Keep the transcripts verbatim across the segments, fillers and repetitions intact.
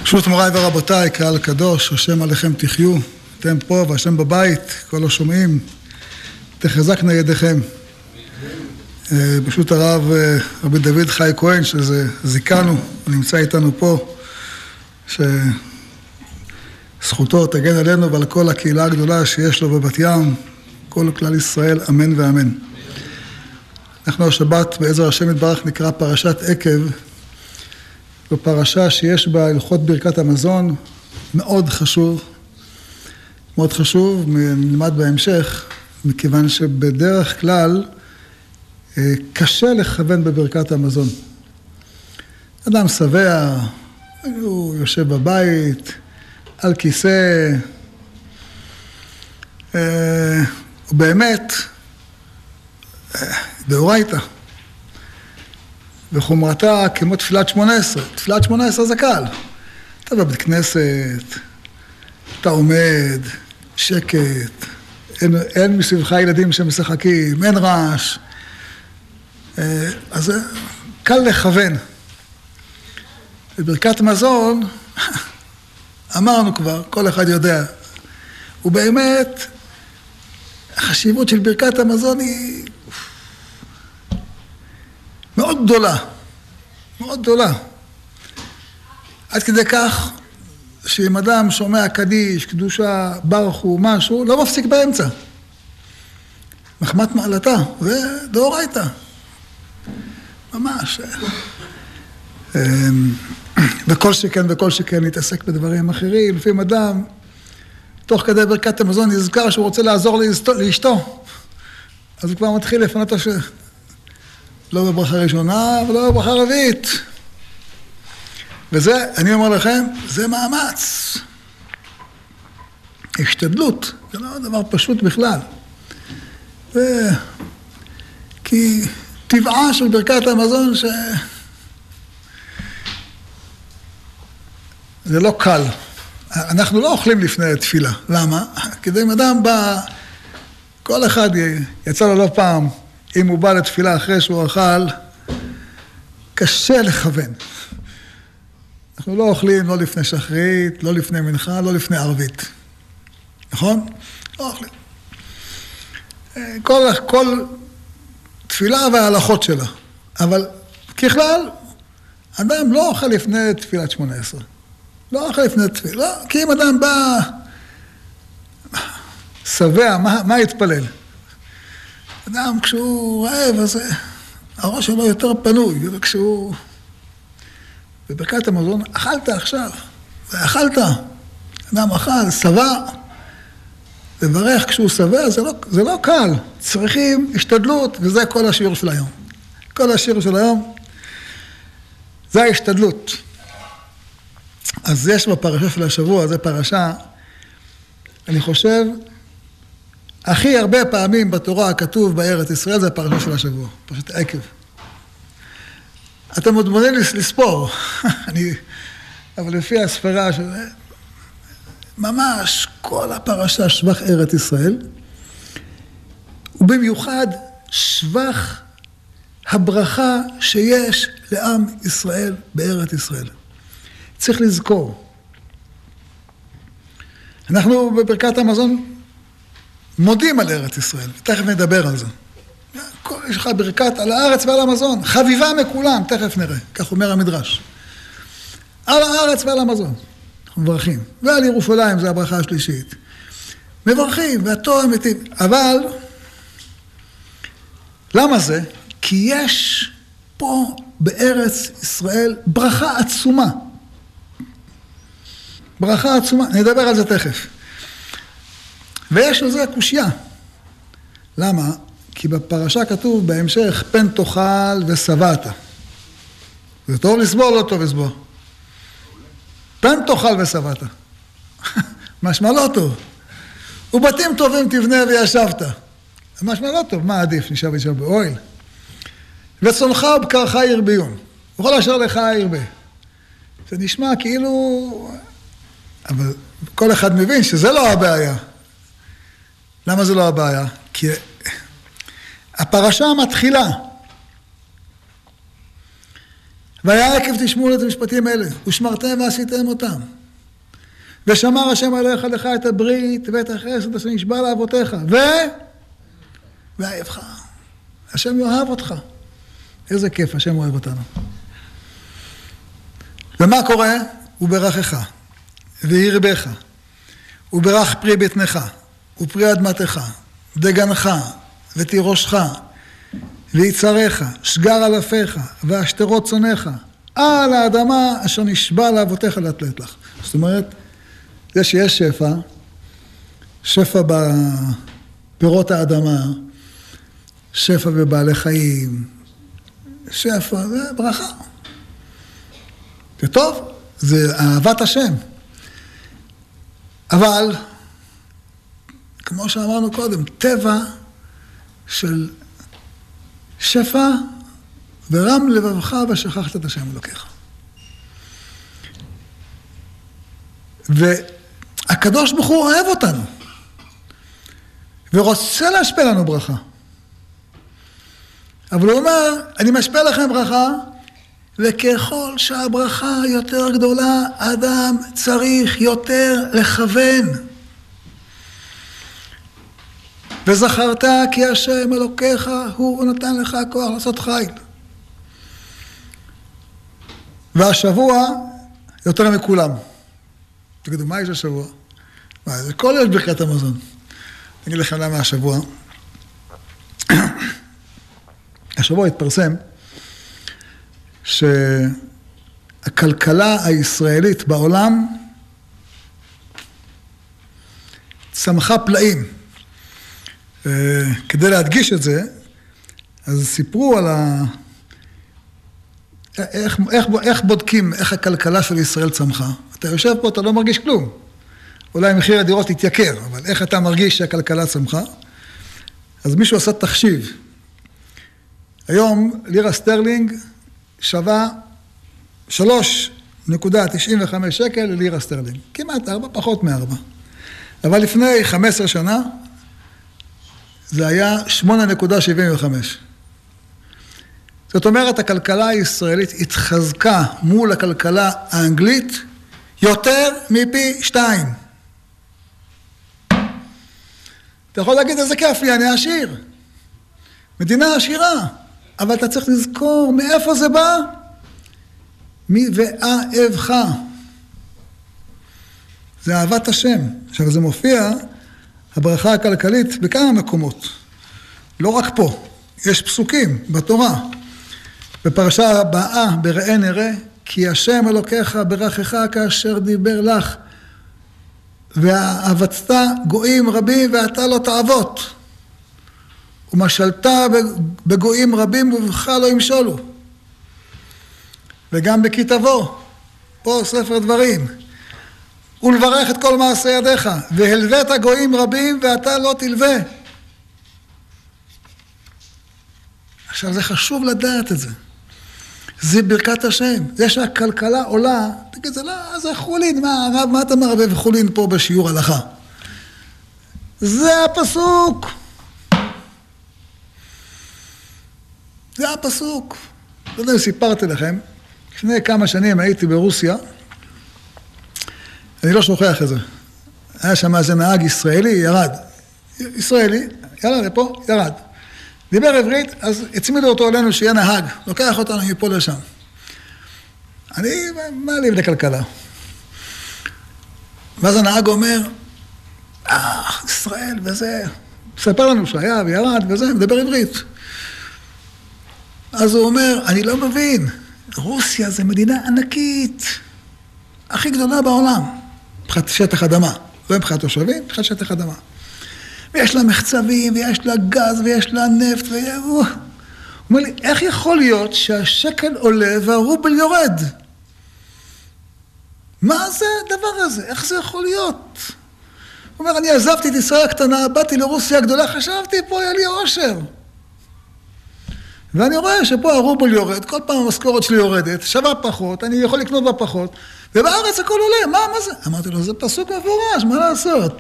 ברשות מוריי ורבותיי, קהל קדוש, השם עליכם תחיו, אתם פה והשם בבית, כל השומעים, תחזקנה ידיכם. ברשות הרב רבי דוד חי כהן, שזה זיכנו, הוא נמצא איתנו פה, שזכותו תגן עלינו ועל כל הקהילה הגדולה שיש לו בבת ים, כל כלל ישראל, אמן ואמן. אנחנו השבת בעזר השם יתברך נקרא פרשת עקב, זו פרשה שיש בה הלכות ברכת המזון, מאוד חשוב, מאוד חשוב, נלמד בהמשך, מכיוון שבדרך כלל קשה לכוון בברכת המזון. אדם שבע, הוא יושב בבית, על כיסא, ובאמת, דאורייתא. וחומרתה כמו תפילת שמונה עשרה. תפילת שמונה עשרה זה קל. אתה בבית כנסת, אתה עומד, שקט, אין, אין מסביבך ילדים שמשחקים, אין רעש. אז זה קל לכוון. בברכת מזון, אמרנו כבר, כל אחד יודע. ובאמת, החשיבות של ברכת המזון היא מאוד גדולה, מאוד גדולה. עד כדי כך שאם אדם שומע קדיש, קדושה, ברך הוא משהו, לא מפסיק באמצע. מחמת מעלתה, ודאורייתא. ממש. וכל שכן וכל שכן להתעסק בדברים אחרים. לפעמים אדם, תוך כדי ברכת המזון, נזכר שהוא רוצה לעזור לאשתו. אז הוא כבר מתחיל לפנות השם. לא בברכה ראשונה ולא בברכה רביעית. וזה, אני אומר לכם, זה מאמץ. השתדלות, זה לא דבר פשוט בכלל. ו... כי טבעה של ברכת המזון ש... זה לא קל. אנחנו לא אוכלים לפני תפילה. למה? כדי אם אדם בא, כל אחד יצא לו לא פעם, אם הוא בא לתפילה אחרי שהוא אכל, קשה לכוון. אנחנו לא אוכלים לא לפני שחרית, לא לפני מנחה, לא לפני ערבית. נכון? לא אוכלים. כל, כל תפילה וההלכות שלה. אבל ככלל, אדם לא אוכל לפני תפילת שמונה עשרה. לא אוכל לפני תפילה. לא, כי אם אדם בא שבע, מה, מה יתפלל? אדם כשהוא רעב, אז הראש שלו יותר פנוי, וכשהוא בברכת המזון, אכלת עכשיו, ואכלת, אדם אכל, שבע, לברך כשהוא שבע, זה לא, זה לא קל, צריכים השתדלות, וזה כל השיעור של היום. כל השיעור של היום, זה ההשתדלות. אז יש בפרשה של השבוע, זה פרשה, אני חושב, הכי הרבה פעמים בתורה הכתוב בארץ ישראל זה הפרשה של השבוע, פרשת עקב. אתם עוד מודעים לספור, אני, אבל לפי הספרה של... ממש כל הפרשה שבח ארץ ישראל, ובמיוחד שבח הברכה שיש לעם ישראל בארץ ישראל. צריך לזכור. אנחנו בברכת המזון מודים על ארץ ישראל, תכף נדבר על זה. יש לך ברכת על הארץ ועל המזון, חביבה מכולם, תכף נראה, כך אומר המדרש. על הארץ ועל המזון, אנחנו מברכים. ועל ירושלים, זה הברכה השלישית. מברכים, והתורה מתים. אבל, למה זה? כי יש פה בארץ ישראל ברכה עצומה. ברכה עצומה, נדבר על זה תכף. ויש לזה קושיה. למה? כי בפרשה כתוב בהמשך, פן תאכל ושבעת. זה טוב לסבור, לא טוב לסבור. פן תאכל ושבעת. משמע לא טוב. ובתים טובים תבנה וישבת. משמע לא טוב, מה עדיף? נשאר וישב באוהל. וצונך ובקרך ירביון. וכל אשר לך ירבה. זה נשמע כאילו... אבל כל אחד מבין שזה לא הבעיה. למה זה לא הבעיה? כי הפרשה מתחילה. והיה עקב תשמעו את המשפטים האלה, ושמרתם ועשיתם אותם. ושמר השם אלוהיך לך את הברית ואת החסד אשר נשבע לאבותיך, ו... ואהבך. השם יאהב אותך. איזה כיף, השם אוהב אותנו. ומה קורה? הוא ברכך, וירבך, וברך פרי בטנך, ופרי אדמתך, דגנך, ותירושך, ויצריך, שגר אלפיך, והשתרות צונך, על האדמה אשר נשבע לאבותיך לתת לך. זאת אומרת, זה שיש שפע, שפע בפירות האדמה, שפע בבעלי חיים, שפע, זה ברכה. זה טוב, זה אהבת השם. אבל, כמו שאמרנו קודם, טבע של שפע ורם לבבך ושכחת את השם אלוקיך. והקדוש ברוך הוא אוהב אותנו, ורוצה להשפיע לנו ברכה. אבל הוא אומר, אני משפיע לכם ברכה, וככל שהברכה יותר גדולה, אדם צריך יותר לכוון. וזכרת כי השם אלוקיך הוא נתן לך כוח לעשות חיל. והשבוע יותר מכולם. תגידו, מה יש השבוע? מה, זה כל יש ברכת המזון. אני אגיד לכם למה השבוע. השבוע התפרסם שהכלכלה הישראלית בעולם צמחה פלאים. כדי להדגיש את זה, אז סיפרו על ה... איך, איך, איך בודקים איך הכלכלה של ישראל צמחה. אתה יושב פה, אתה לא מרגיש כלום. אולי מחיר הדירות יתייקר, אבל איך אתה מרגיש שהכלכלה צמחה? אז מישהו עשה תחשיב. היום לירה סטרלינג שווה שלוש נקודה תשעים וחמש שקל ללירה סטרלינג. כמעט ארבע, פחות מארבע. אבל לפני חמש עשרה שנה, זה היה שמונה נקודה שבעים וחמש. זאת אומרת, הכלכלה הישראלית התחזקה מול הכלכלה האנגלית יותר מפי שתיים. אתה יכול להגיד, איזה כיף לי, אני עשיר. מדינה עשירה. אבל אתה צריך לזכור מאיפה זה בא. מי ואהבך. זה אהבת השם. עכשיו, זה מופיע, הברכה הכלכלית, בכמה מקומות. לא רק פה. יש פסוקים בתורה. בפרשה הבאה, בראה נראה, כי השם אלוקיך ברכך כאשר דיבר לך, ואהבת גויים רבים ואתה לא תעבות. ומשלת בגויים רבים ובך לא ימשולו. וגם בכי תבוא, פה ספר דברים. ולברך את כל מעשי ידיך, והלווית גויים רבים ואתה לא תלווה. עכשיו זה חשוב לדעת את זה. זה ברכת השם. זה שהכלכלה עולה, תגיד, זה לא, זה חולין, מה, הרב, מה אתה מרבה וחולין פה בשיעור הלכה? זה הפסוק. זה הפסוק. לא יודע, סיפרתי לכם, לפני כמה שנים הייתי ברוסיה, אני לא שוכח את זה. היה שם איזה נהג ישראלי, ירד. ישראלי, יאללה, לפה, ירד. דיבר עברית, אז הצמידו אותו עלינו שיהיה נהג, לוקח אותנו מפה לשם. אני, מה לי בני כלכלה? ואז הנהג אומר, אה, ישראל וזה, מספר לנו שהיה וירד וזה, מדבר עברית. אז הוא אומר, אני לא מבין, רוסיה זה מדינה ענקית, הכי גדולה בעולם, מבחינת שטח אדמה, לא מבחינת תושבים, מבחינת שטח אדמה. ויש לה מחצבים, ויש לה גז, ויש לה נפט, והוא אומר לי, איך יכול להיות שהשקל עולה והרובל יורד? מה זה הדבר הזה? איך זה יכול להיות? הוא אומר, אני עזבתי את ישראל הקטנה, באתי לרוסיה הגדולה, חשבתי, פה היה לי עושר. ואני רואה שפה הרובל יורד, כל פעם המשכורת שלי יורדת, שווה פחות, אני יכול לקנות בה פחות, ובארץ הכל עולה, מה, מה זה? אמרתי לו, זה פסוק מפורש, מה לעשות?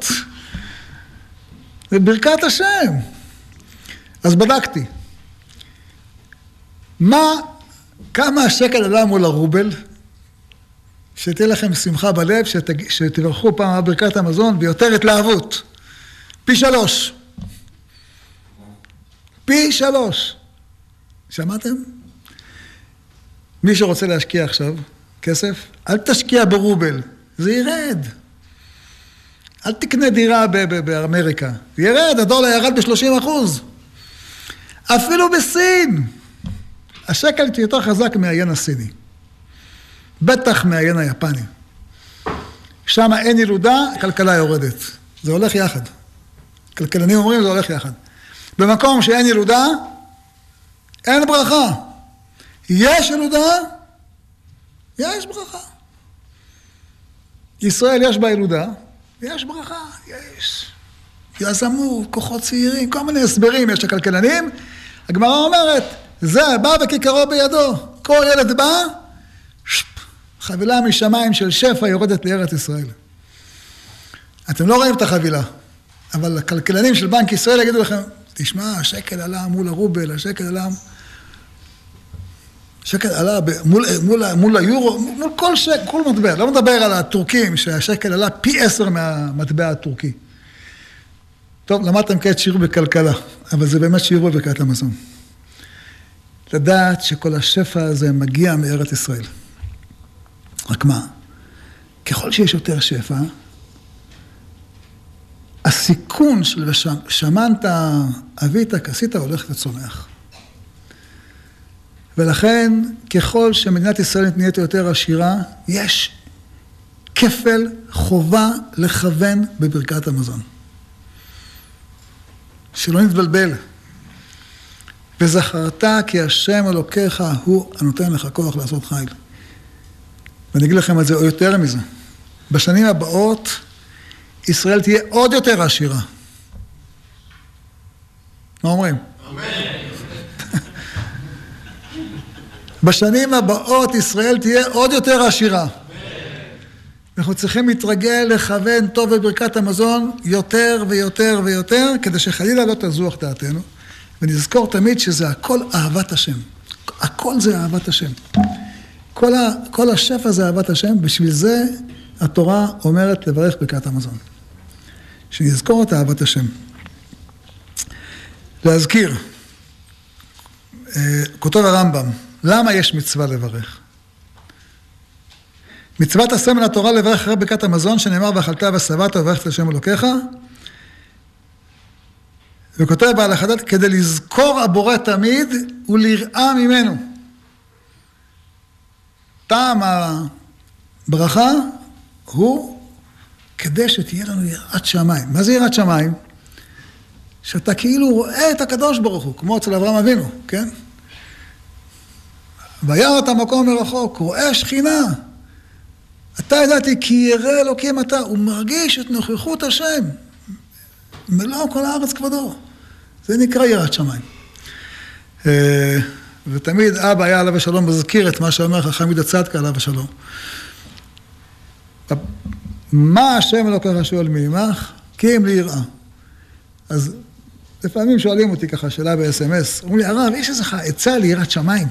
זה ברכת השם. אז בדקתי. מה כמה השקל עלה מול הרובל, שתהיה לכם שמחה בלב, שתג... שתברכו פעם בברכת המזון, ויותר התלהבות. פי שלוש. פי שלוש. שמעתם? מי שרוצה להשקיע עכשיו כסף, אל תשקיע ברובל, זה ירד. אל תקנה דירה ב- ב- באמריקה. ירד, הדולר ירד ב-שלושים אחוז. אפילו בסין. השקל יותר חזק מהיין הסיני. בטח מהיין היפני. שם אין ילודה, הכלכלה יורדת. זה הולך יחד. כלכלנים אומרים, זה הולך יחד. במקום שאין ילודה, אין ברכה. יש ילודה, יש ברכה. ישראל יש בה ילודה, יש ברכה, יש יזמות, כוחות צעירים, כל מיני הסברים יש לכלכלנים. הגמרא אומרת, זה בא וכיכרו בידו. כל ילד בא, חבילה משמיים של שפע יורדת לארץ ישראל. אתם לא רואים את החבילה, אבל הכלכלנים של בנק ישראל יגידו לכם, תשמע, השקל עלה מול הרובל, השקל עלה... השקל עלה מול, מול, מול היורו, מול כל שקל, כל מטבע. לא מדבר על הטורקים, שהשקל עלה פי עשר מהמטבע הטורקי. טוב, למדתם כעת שיעור בכלכלה, אבל זה באמת שיעור בברכת המזון. לדעת שכל השפע הזה מגיע מארץ ישראל. רק מה? ככל שיש יותר שפע, הסיכון של שמנת, אבית, כסית, הולך וצומח. ולכן, ככל שמדינת ישראל נהיית יותר עשירה, יש כפל חובה לכוון בברכת המזון. שלא נתבלבל. וזכרת כי השם אלוקיך הוא הנותן לך כוח לעשות חיל. ואני אגיד לכם את זה או יותר מזה. בשנים הבאות, ישראל תהיה עוד יותר עשירה. מה אומרים? אמן. בשנים הבאות ישראל תהיה עוד יותר עשירה. אמן. אנחנו צריכים להתרגל, לכוון טוב בברכת המזון יותר ויותר ויותר, כדי שחלילה לא תזוח דעתנו, ונזכור תמיד שזה הכל אהבת השם. הכל זה אהבת השם. כל, ה, כל השפע זה אהבת השם, בשביל זה התורה אומרת לברך ברכת המזון. שנזכור את אהבת השם. להזכיר, כותב הרמב"ם, למה יש מצווה לברך? מצוות עשה מן התורה לברך אחרי ברכת המזון, שנאמר ואכלת ושבעת וברכת את השם אלוקיך, וכותב בעל החדש, כדי לזכור הבורא תמיד וליראה ממנו. טעם הברכה הוא כדי שתהיה לנו יראת שמיים. מה זה יראת שמיים? שאתה כאילו רואה את הקדוש ברוך הוא, כמו אצל אברהם אבינו, כן? וירא את המקום מרחוק, רואה שכינה. אתה ידעתי כי ירא אלוקים אתה, הוא מרגיש את נוכחות השם. מלוא כל הארץ כבודו. זה נקרא יראת שמיים. ותמיד אבא היה עליו השלום מזכיר את מה שאומר חכם יהודה צדקה עליו השלום. מה השם אלוקיך שואל מעמך? כי אם לי יראה. אז לפעמים שואלים אותי ככה שאלה ב-אס אם אס, אומרים לי, הרב, יש איזו עצה ליראת שמיים?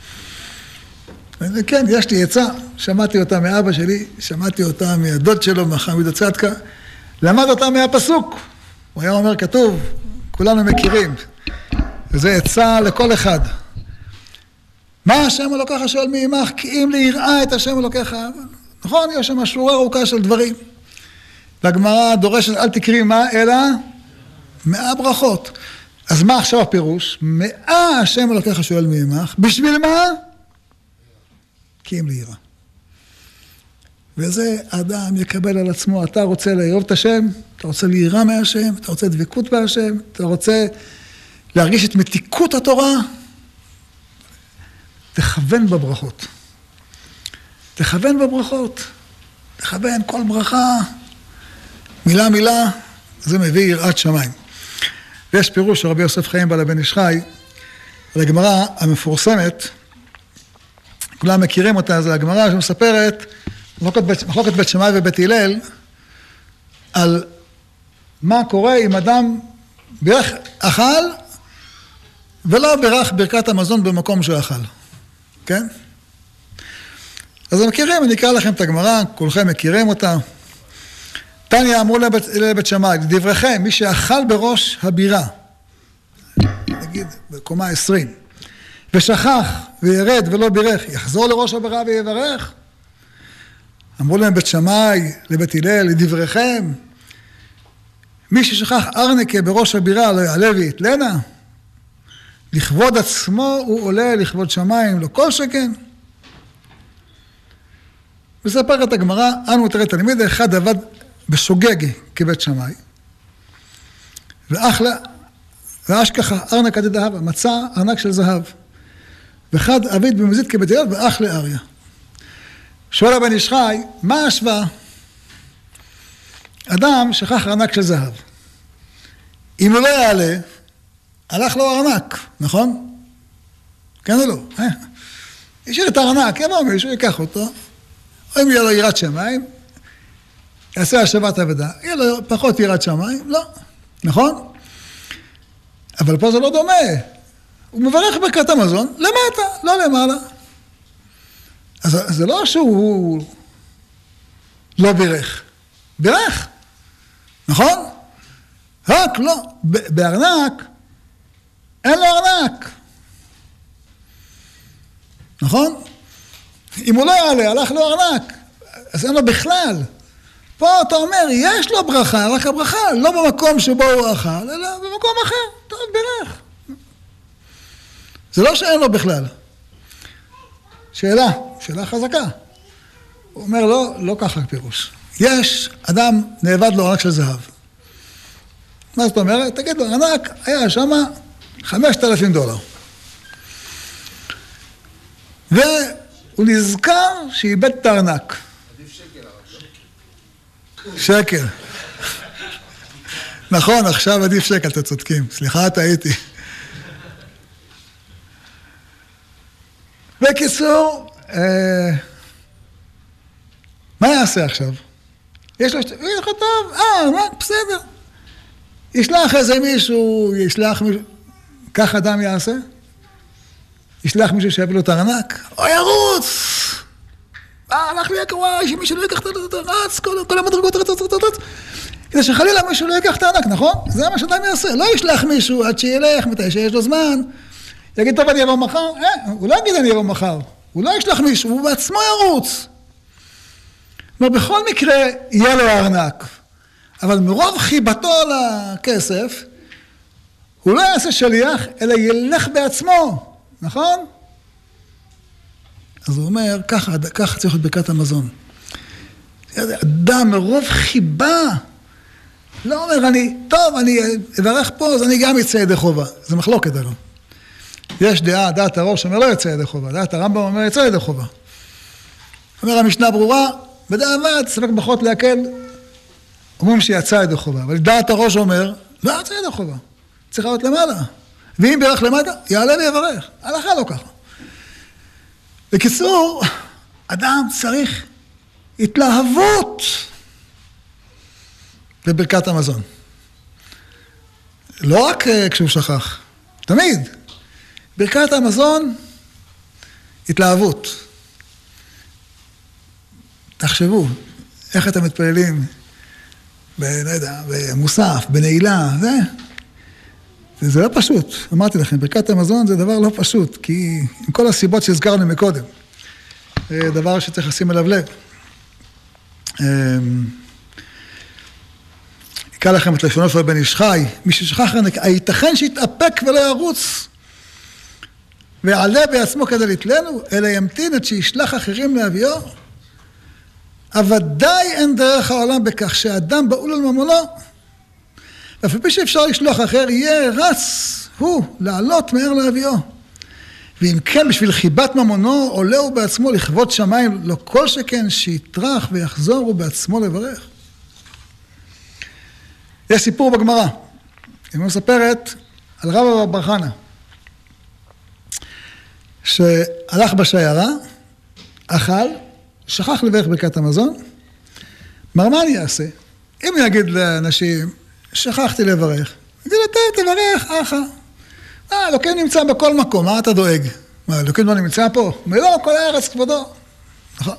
כן, יש לי עצה, שמעתי אותה מאבא שלי, שמעתי אותה מהדוד שלו, מחכם יהודה צדקה, למד אותה מהפסוק. הוא היה אומר, כתוב, כולנו מכירים, וזה עצה לכל אחד. מה השם אלוקיך שואל מעמך? כי אם לי יראה את השם אלוקיך. נכון, יש שם שורה ארוכה של דברים. והגמרא דורשת, אל תקריא מה, אלא מאה ברכות. אז מה עכשיו הפירוש? מאה השם אלוקיך שואל מעמך. בשביל מה? כי אם לי יראה. וזה אדם יקבל על עצמו, אתה רוצה לאהוב את השם, אתה רוצה ליראה מהשם, אתה רוצה דבקות בהשם, אתה רוצה להרגיש את מתיקות התורה, תכוון בברכות. תכוון בברכות. תכוון כל ברכה, מילה מילה, זה מביא יראת שמיים. ויש פירוש של רבי יוסף חיים בעל הבן איש חי, על הגמרא המפורסמת, כולם מכירים אותה, זה הגמרא שמספרת, מחלוקת בית שמאי ובית הלל, על מה קורה אם אדם ברך אכל, ולא ברך ברכת המזון במקום שהוא אכל. כן? אז מכירים, אני אקרא לכם את הגמרא, כולכם מכירים אותה. תניא אמרו לבית, לבית שמאי, לדבריכם, מי שאכל בראש הבירה, נגיד בקומה עשרים, ושכח וירד ולא בירך, יחזור לראש הבירה ויברך? אמרו להם בית שמאי, לבית הלל, לדבריכם, מי ששכח ארנקה בראש הבירה לא יעלה ויתלנה, לכבוד עצמו הוא עולה לכבוד שמיים, לא כל שכן. מספרת הגמרא, אנו תראה תלמיד, אחד עבד בשוגג כבית שמאי, ואחלה, ואשכחה ארנק עד דהבה, מצא ארנק של זהב, ואחד עביד במזיד כבית הלל ואחלה אריה. שואל הבן איש חי, מה ההשוואה? אדם שכח ארנק של זהב. אם הוא לא יעלה, הלך לו ארנק, נכון? כן או לא? אה? ישאיר את הארנק, יבוא מישהו, ייקח אותו, או אם יהיה לו יראת שמיים, יעשה השבת עבודה, יהיה לו פחות יראת שמיים, לא, נכון? אבל פה זה לא דומה. הוא מברך ברכת המזון, למטה, לא למעלה. אז זה לא שהוא לא בירך, בירך, נכון? רק לא, בארנק, אין לו ארנק, נכון? אם הוא לא יעלה, הלך לו ארנק, אז אין לו בכלל. פה אתה אומר, יש לו ברכה, רק הברכה, לא במקום שבו הוא אכל, אלא במקום אחר, טוב, בירך. זה לא שאין לו בכלל. שאלה, שאלה חזקה. הוא אומר, לא, לא ככה פירוש. יש אדם נאבד לו ארנק של זהב. מה זאת אומרת? תגיד לו, ארנק היה שם חמשת אלפים דולר. והוא נזכר שאיבד את הארנק. עדיף שקל, אבל לא? שקל. נכון, עכשיו עדיף שקל, אתם צודקים. סליחה, טעיתי. בקיצור, מה יעשה עכשיו? יש לו, יש לך טוב, אה, ארנק, בסדר. ישלח איזה מישהו, ישלח מישהו, כך אדם יעשה? ישלח מישהו שיביא לו את הארנק? או ירוץ! אה, הלך לי יקרה, שמישהו לא ייקח את הרץ, כל המדרגות רץ, רץ, רץ, רץ. כדי שחלילה מישהו לא ייקח את הארנק, נכון? זה מה שאדם יעשה. לא ישלח מישהו עד שילך, מתי שיש לו זמן. יגיד, טוב, אני אבוא מחר? אה, הוא לא יגיד, אני אבוא מחר. הוא לא ישלח מישהו, הוא בעצמו ירוץ. כלומר, בכל מקרה, יהיה לו הארנק. אבל מרוב חיבתו לכסף, הוא לא יעשה שליח, אלא ילך בעצמו. נכון? אז הוא אומר, ככה, ככה צריך להיות ברכת המזון. אדם מרוב חיבה, לא אומר, אני, טוב, אני אברך פה, אז אני גם יצא ידי חובה. זה מחלוקת עליו. יש דעה, דעת הראש אומר, לא יצא ידי חובה. דעת הרמב"ם אומר, יצא ידי חובה. אומר, המשנה ברורה, בדיעבד, ספק פחות להקל, אומרים שיצא ידי חובה. אבל דעת הראש אומר, לא יצא ידי חובה. צריך להיות למעלה. ואם בירך למטה, יעלה ויברך. הלכה לא ככה. בקיצור, אדם צריך התלהבות בברכת המזון. לא רק כשהוא שכח, תמיד. ברכת המזון, התלהבות. תחשבו, איך אתם מתפללים, ב, לא יודע, במוסף, בנעילה, זה... זה לא פשוט, אמרתי לכם, ברכת המזון זה דבר לא פשוט, כי עם כל הסיבות שהזכרנו מקודם, זה דבר שצריך לשים אליו לב. יקרא לכם את לשונו של בן איש חי, מי ששכח, הייתכן שיתאפק ולא ירוץ, ויעלה בעצמו כדי לתלנו, אלא ימתין עד שישלח אחרים להביאו. אבל אין דרך העולם בכך שאדם באול על ממונו, ואף פי שאפשר לשלוח אחר, יהיה רץ הוא לעלות מהר להביאו. ואם כן, בשביל חיבת ממונו, עולה הוא בעצמו לכבוד שמיים, לא כל שכן שיטרח ויחזור הוא בעצמו לברך. יש סיפור בגמרא, היא מספרת על רבא בר חנא, שהלך בשיירה, אכל, שכח לברך ברכת המזון, מה אני אעשה? אם אני אגיד לאנשים, שכחתי לברך. יגיד לו, תברך, אחא. אה, אלוקים נמצא בכל מקום, מה אתה דואג? מה, אלוקים לא נמצא פה? הוא אומר, לא, כל הארץ כבודו. נכון.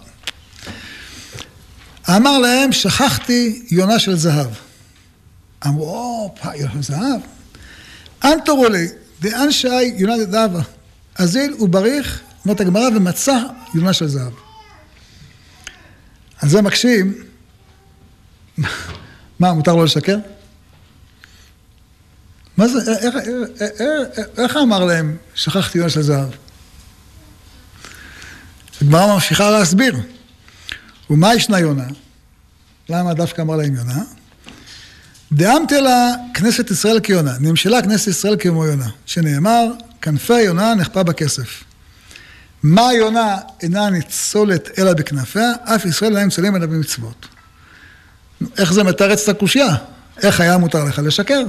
אמר להם, שכחתי יונה של זהב. אמרו, או, פע, יונה של זהב? אנטורו לי, דאן שי יונה דדאבה. אזיל ובריך, אומרת הגמרא, ומצא יונה של זהב. על זה מקשים, מה, מותר לו לשקר? מה זה, איך, איך, איך, איך אמר להם, שכחתי יונה של זהב? הגמרא ממשיכה להסביר. ומה ישנה יונה? למה דווקא אמר להם יונה? דאמתי לה כנסת ישראל כיונה, נמשלה כנסת ישראל כמו יונה, שנאמר, כנפי יונה נחפה בכסף. מה יונה אינה ניצולת אלא בכנפיה, אף ישראל אינה ניצולים אלא במצוות. איך זה מתרץ את הקושיה? איך היה מותר לך לשקר?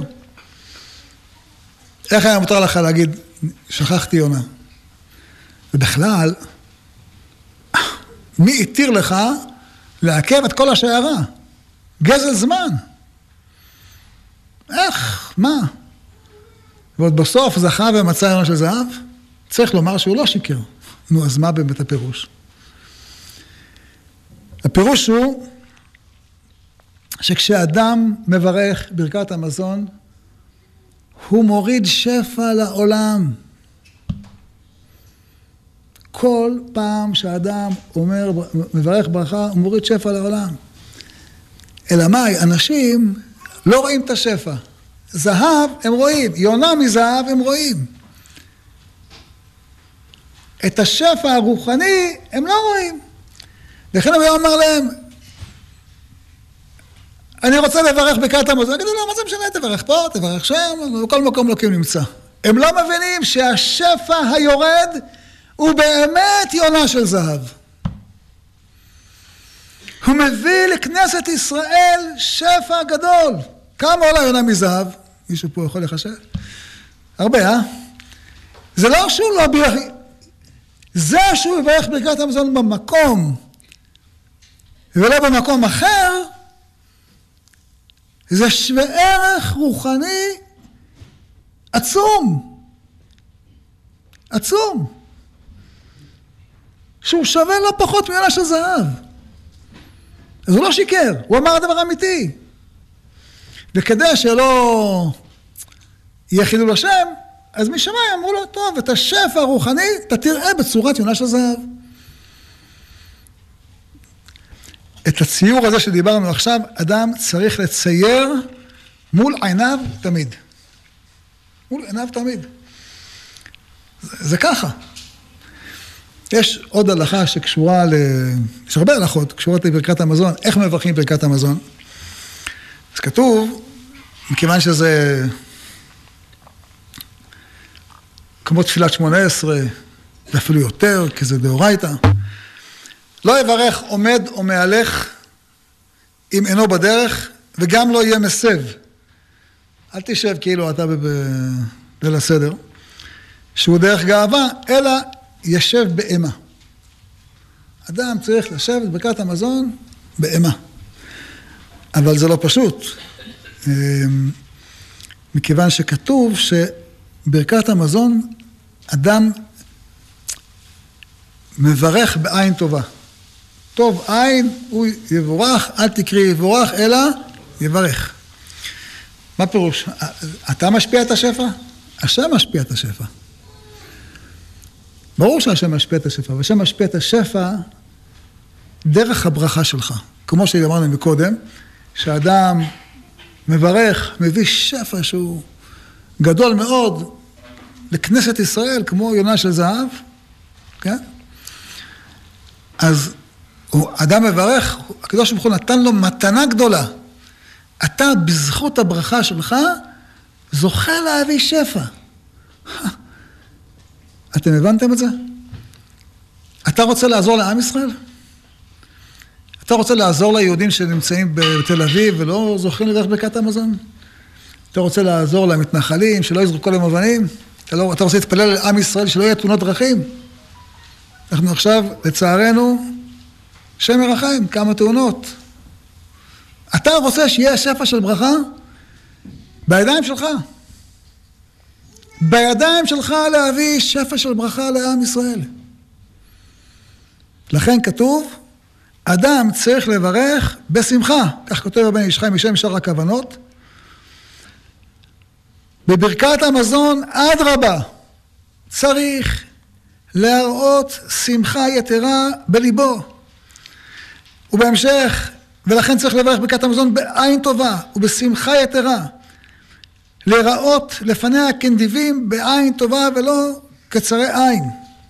איך היה מותר לך להגיד, שכחתי יונה? ובכלל, מי התיר לך לעכב את כל השיירה? גזל זמן. איך? מה? ועוד בסוף זכה ומצא יונה של זהב? צריך לומר שהוא לא שיקר. נו, אז מה באמת הפירוש? הפירוש הוא שכשאדם מברך ברכת המזון, הוא מוריד שפע לעולם. כל פעם שאדם אומר, מברך ברכה, הוא מוריד שפע לעולם. אלא מה? אנשים לא רואים את השפע. זהב הם רואים, יונה מזהב הם רואים. את השפע הרוחני הם לא רואים. לכן הוא אמר להם, אני רוצה לברך ברכת המזון. אני אגיד לו, מה זה משנה? תברך פה, תברך שם, בכל מקום לוקים נמצא. הם לא מבינים שהשפע היורד הוא באמת יונה של זהב. הוא מביא לכנסת ישראל שפע גדול. כמה עולה יונה מזהב? מישהו פה יכול לחשב? הרבה, אה? זה לא שהוא לא בירך... זה שהוא יברך ברכת המזון במקום, ולא במקום אחר, זה שווה ערך רוחני עצום. עצום. שהוא שווה לא פחות מיונה של זהב. אז הוא לא שיקר, הוא אמר דבר אמיתי. וכדי שלא יהיה חילול השם, אז משמיים אמרו לו, טוב, את השפע הרוחני, אתה תראה בצורת יונה של זהב. את הציור הזה שדיברנו עכשיו, אדם צריך לצייר מול עיניו תמיד. מול עיניו תמיד. זה, זה ככה. יש עוד הלכה שקשורה ל... יש הרבה הלכות קשורות לברכת המזון. איך מברכים ברכת המזון? אז כתוב, מכיוון שזה כמו תפילת שמונה עשרה, ואפילו יותר, כי זה דאורייתא, לא יברך עומד או מהלך אם אינו בדרך, וגם לא יהיה מסב. אל תשב כאילו אתה בליל הסדר, שהוא דרך גאווה, אלא ישב באימה. אדם צריך לשבת ברכת המזון באימה. אבל זה לא פשוט. מכיוון שכתוב שברכת המזון, אדם מברך בעין טובה. טוב עין, הוא יבורך, אל תקריא יבורך, אלא יברך. מה פירוש? אתה משפיע את השפע? השם משפיע את השפע. ברור שהשם משפיע את השפע, והשם משפיע את השפע דרך הברכה שלך. כמו שאמרנו מקודם, שהאדם מברך, מביא שפע שהוא גדול מאוד לכנסת ישראל, כמו יונה של זהב, כן? אז אדם מברך, הקדוש ברוך הוא נתן לו מתנה גדולה. אתה בזכות הברכה שלך זוכה להביא שפע. אתם הבנתם את זה? אתה רוצה לעזור לעם ישראל? אתה רוצה לעזור ליהודים שנמצאים בתל אביב ולא זוכים לדרך ברכת המזון? אתה רוצה לעזור למתנחלים שלא יזרקו להם אבנים? אתה, לא, אתה רוצה להתפלל לעם ישראל שלא יהיה תאונות דרכים? אנחנו עכשיו, לצערנו, שם ירחם, כמה תאונות. אתה רוצה שיהיה שפע של ברכה? בידיים שלך. בידיים שלך להביא שפע של ברכה לעם ישראל. לכן כתוב, אדם צריך לברך בשמחה, כך כותב הבן איש חי משם שאר הכוונות, בברכת המזון עד רבה, צריך להראות שמחה יתרה בליבו. ובהמשך, ולכן צריך לברך ברכת המזון בעין טובה ובשמחה יתרה, לראות לפניה כנדיבים בעין טובה ולא קצרי עין.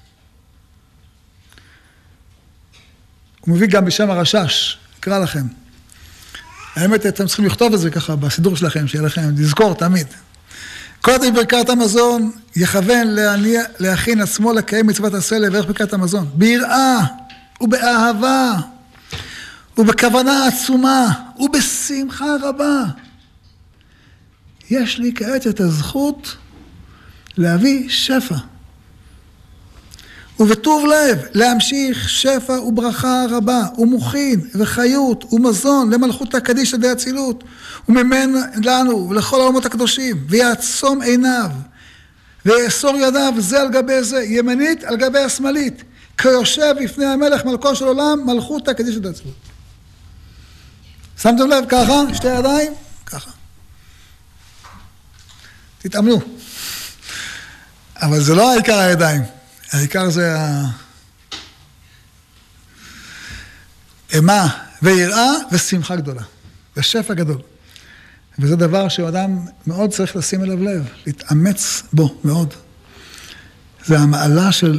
הוא מביא גם בשם הרשש, אקרא לכם. האמת, אתם צריכים לכתוב את זה ככה בסידור שלכם, שיהיה לכם, לזכור תמיד. קודם ברכת המזון יכוון להניע, להכין עצמו לקיים מצוות עשה לברך ברכת המזון, ביראה ובאהבה ובכוונה עצומה ובשמחה רבה. יש לי כעת את הזכות להביא שפע. ובטוב לב להמשיך שפע וברכה רבה ומוכין וחיות ומזון למלכות הקדיש עדי הצילות וממנו לנו ולכל האומות הקדושים ויעצום עיניו ויאסור ידיו זה על גבי זה ימנית על גבי השמאלית כיושב לפני המלך מלכו של עולם מלכות הקדיש עדי הצילות. שמתם לב ככה? שתי ידיים? ככה. תתאמנו. אבל זה לא העיקר הידיים. העיקר זה האימה ויראה ושמחה גדולה, ושפע גדול. וזה דבר שאדם מאוד צריך לשים אליו לב, להתאמץ בו מאוד. זה המעלה של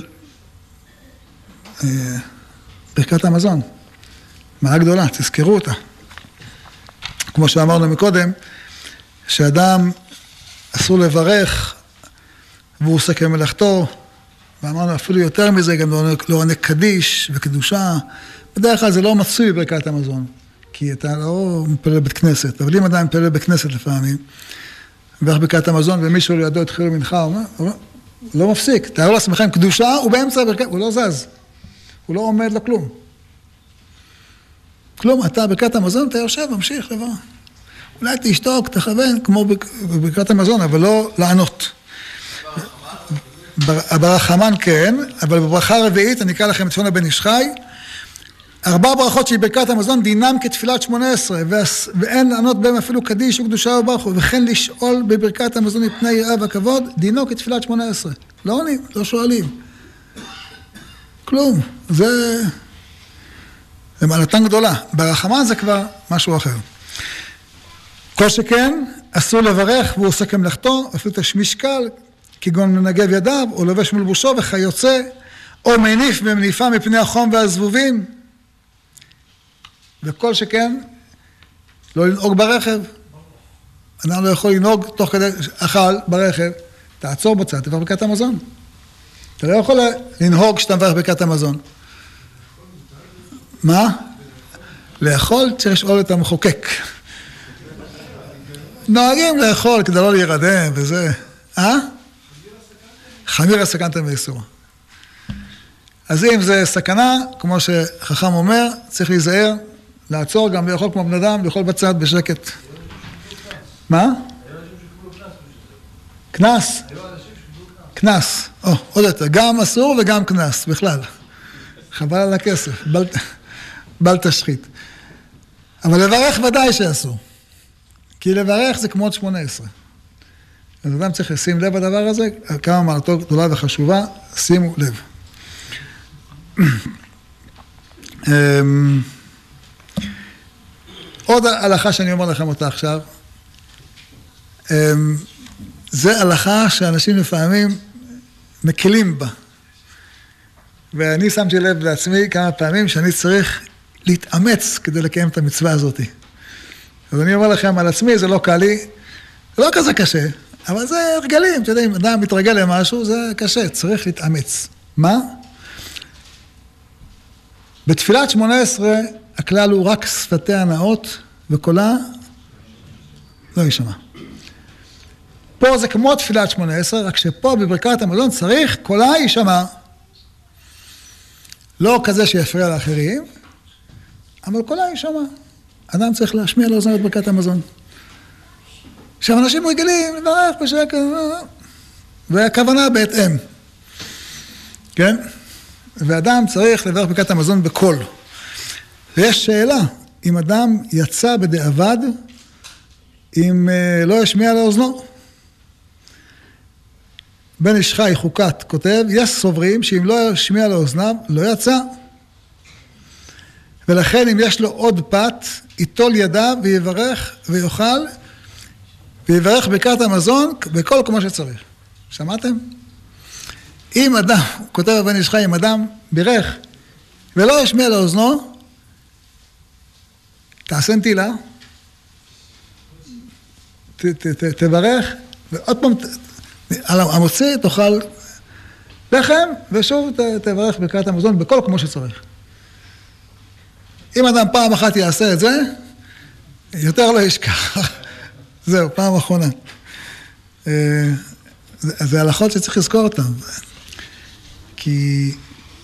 אה, ברכת המזון. מעלה גדולה, תזכרו אותה. כמו שאמרנו מקודם, שאדם אסור לברך והוא עושה כמלאכתו, ואמרנו אפילו יותר מזה, גם לא עונה קדיש וקדושה. בדרך כלל זה לא מצוי בברכת המזון, כי אתה לא מפלל בית כנסת, אבל אם אדם מפלל בית כנסת לפעמים, וברך ברכת המזון, ומישהו לידו התחיל מנחה, הוא אומר, לא מפסיק, תארו לעצמכם קדושה, הוא באמצע הברכת, הוא לא זז, הוא לא עומד לכלום. כלום, אתה ברכת המזון, אתה יושב, ממשיך לבוא. אולי תשתוק, תכוון, כמו בברכת המזון, אבל לא לענות. ברחמן כן, אבל בברכה הרביעית, אני אקרא לכם את שון הבן איש חי, ארבע ברכות של ברכת המזון דינם כתפילת שמונה עשרה, ואין לענות בהם אפילו קדיש וקדושה וברכו, וכן לשאול בברכת המזון מפני יראה וכבוד, דינו כתפילת שמונה עשרה. לא עונים, לא שואלים. כלום, זה, זה מעלתן גדולה. ברחמן זה כבר משהו אחר. כל שכן, אסור לברך והוא עושה כמלאכתו, אפילו תשמיש קל, כגון מנגב ידיו, או לובש מלבושו וכיוצא, או מניף במניפה מפני החום והזבובים. וכל שכן, לא לנהוג ברכב. אנחנו לא יכול לנהוג תוך כדי אכל ברכב, תעצור בצד, תברך ברכת המזון. אתה לא יכול לנהוג כשאתה מברך ברכת המזון. מה? לאכול צריך לשאול את המחוקק. נוהגים לאכול כדי לא להירדם וזה. אה? חמיר הסכנת מאיסור. אז אם זה סכנה, כמו שחכם אומר, צריך להיזהר, לעצור גם לאכול כמו בן אדם, לאכול בצד בשקט. מה? כנס. כנס. או, עוד יותר, גם אסור וגם כנס, בכלל. חבל על הכסף, בל, בל תשחית. אבל לברך ודאי שאסור. כי לברך זה כמו עוד שמונה עשרה. אז אדם צריך לשים לב בדבר הזה, כמה מעלתו גדולה וחשובה, שימו לב. עוד הלכה שאני אומר לכם אותה עכשיו, זה הלכה שאנשים לפעמים מקלים בה. ואני שמתי לב לעצמי כמה פעמים שאני צריך להתאמץ כדי לקיים את המצווה הזאת. אז אני אומר לכם על עצמי, זה לא קל לי, זה לא כזה קשה, אבל זה הרגלים, אתה יודע, אם אדם מתרגל למשהו, זה קשה, צריך להתאמץ. מה? בתפילת שמונה עשרה, הכלל הוא רק שפתיה נאות, וקולה לא יישמע. פה זה כמו תפילת שמונה עשרה, רק שפה בברכת המזון צריך, קולה יישמע. לא כזה שיפריע לאחרים, אבל קולה יישמע. אדם צריך להשמיע לאוזן את ברכת המזון. עכשיו, אנשים רגילים לברך בשקט, והכוונה בהתאם. כן? ואדם צריך לברך ברכת המזון בקול. ויש שאלה, אם אדם יצא בדיעבד, אם לא ישמיע לאוזנו. בן איש חי חוקת כותב, יש סוברים שאם לא ישמיע לאוזניו, לא יצא. ולכן אם יש לו עוד פת, ייטול ידיו ויברך ויאכל, ויברך ברכת המזון בכל כמו שצריך. שמעתם? אם אדם, כותב בן איש חי, אם אדם בירך ולא ישמיע לאוזנו, תעשה נטילה, ת, ת, ת, תברך, ועוד פעם, על המוציא תאכל לחם, ושוב ת, תברך ברכת המזון בכל כמו שצריך. אם אדם פעם אחת יעשה את זה, יותר לא ישכח. זהו, פעם אחרונה. זה הלכות שצריך לזכור אותן. כי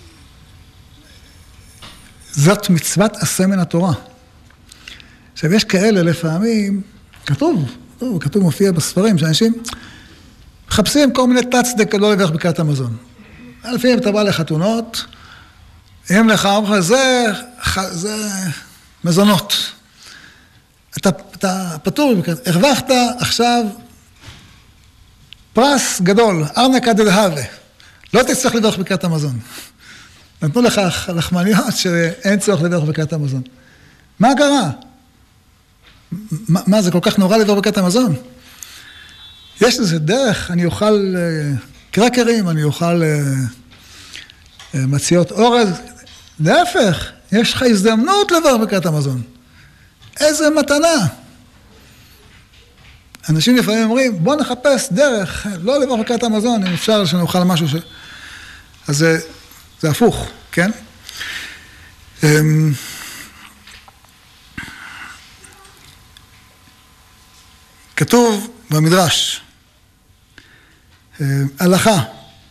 זאת מצוות עשה מן התורה. עכשיו, יש כאלה לפעמים, כתוב, כתוב, כתוב מופיע בספרים, שאנשים מחפשים כל מיני תצדק לא לברך ברכת המזון. לפעמים אתה בא לחתונות, הם לך, זה, זה מזונות. אתה, אתה פטור, הרווחת עכשיו פרס גדול, ארנקה דדהבה. לא תצטרך לברך ברכת המזון. נתנו לך לחמניות שאין צורך לברך ברכת המזון. מה קרה? מה, מה, זה כל כך נורא לברך ברכת המזון? יש לזה דרך, אני אוכל קרקרים, אני אוכל מציאות אורז. להפך, יש לך הזדמנות לברך ברכת המזון. איזה מתנה. אנשים לפעמים אומרים, בוא נחפש דרך, לא לברך ברכת המזון, אם אפשר שנאכל משהו ש... אז זה, זה הפוך, כן? כתוב במדרש, הלכה,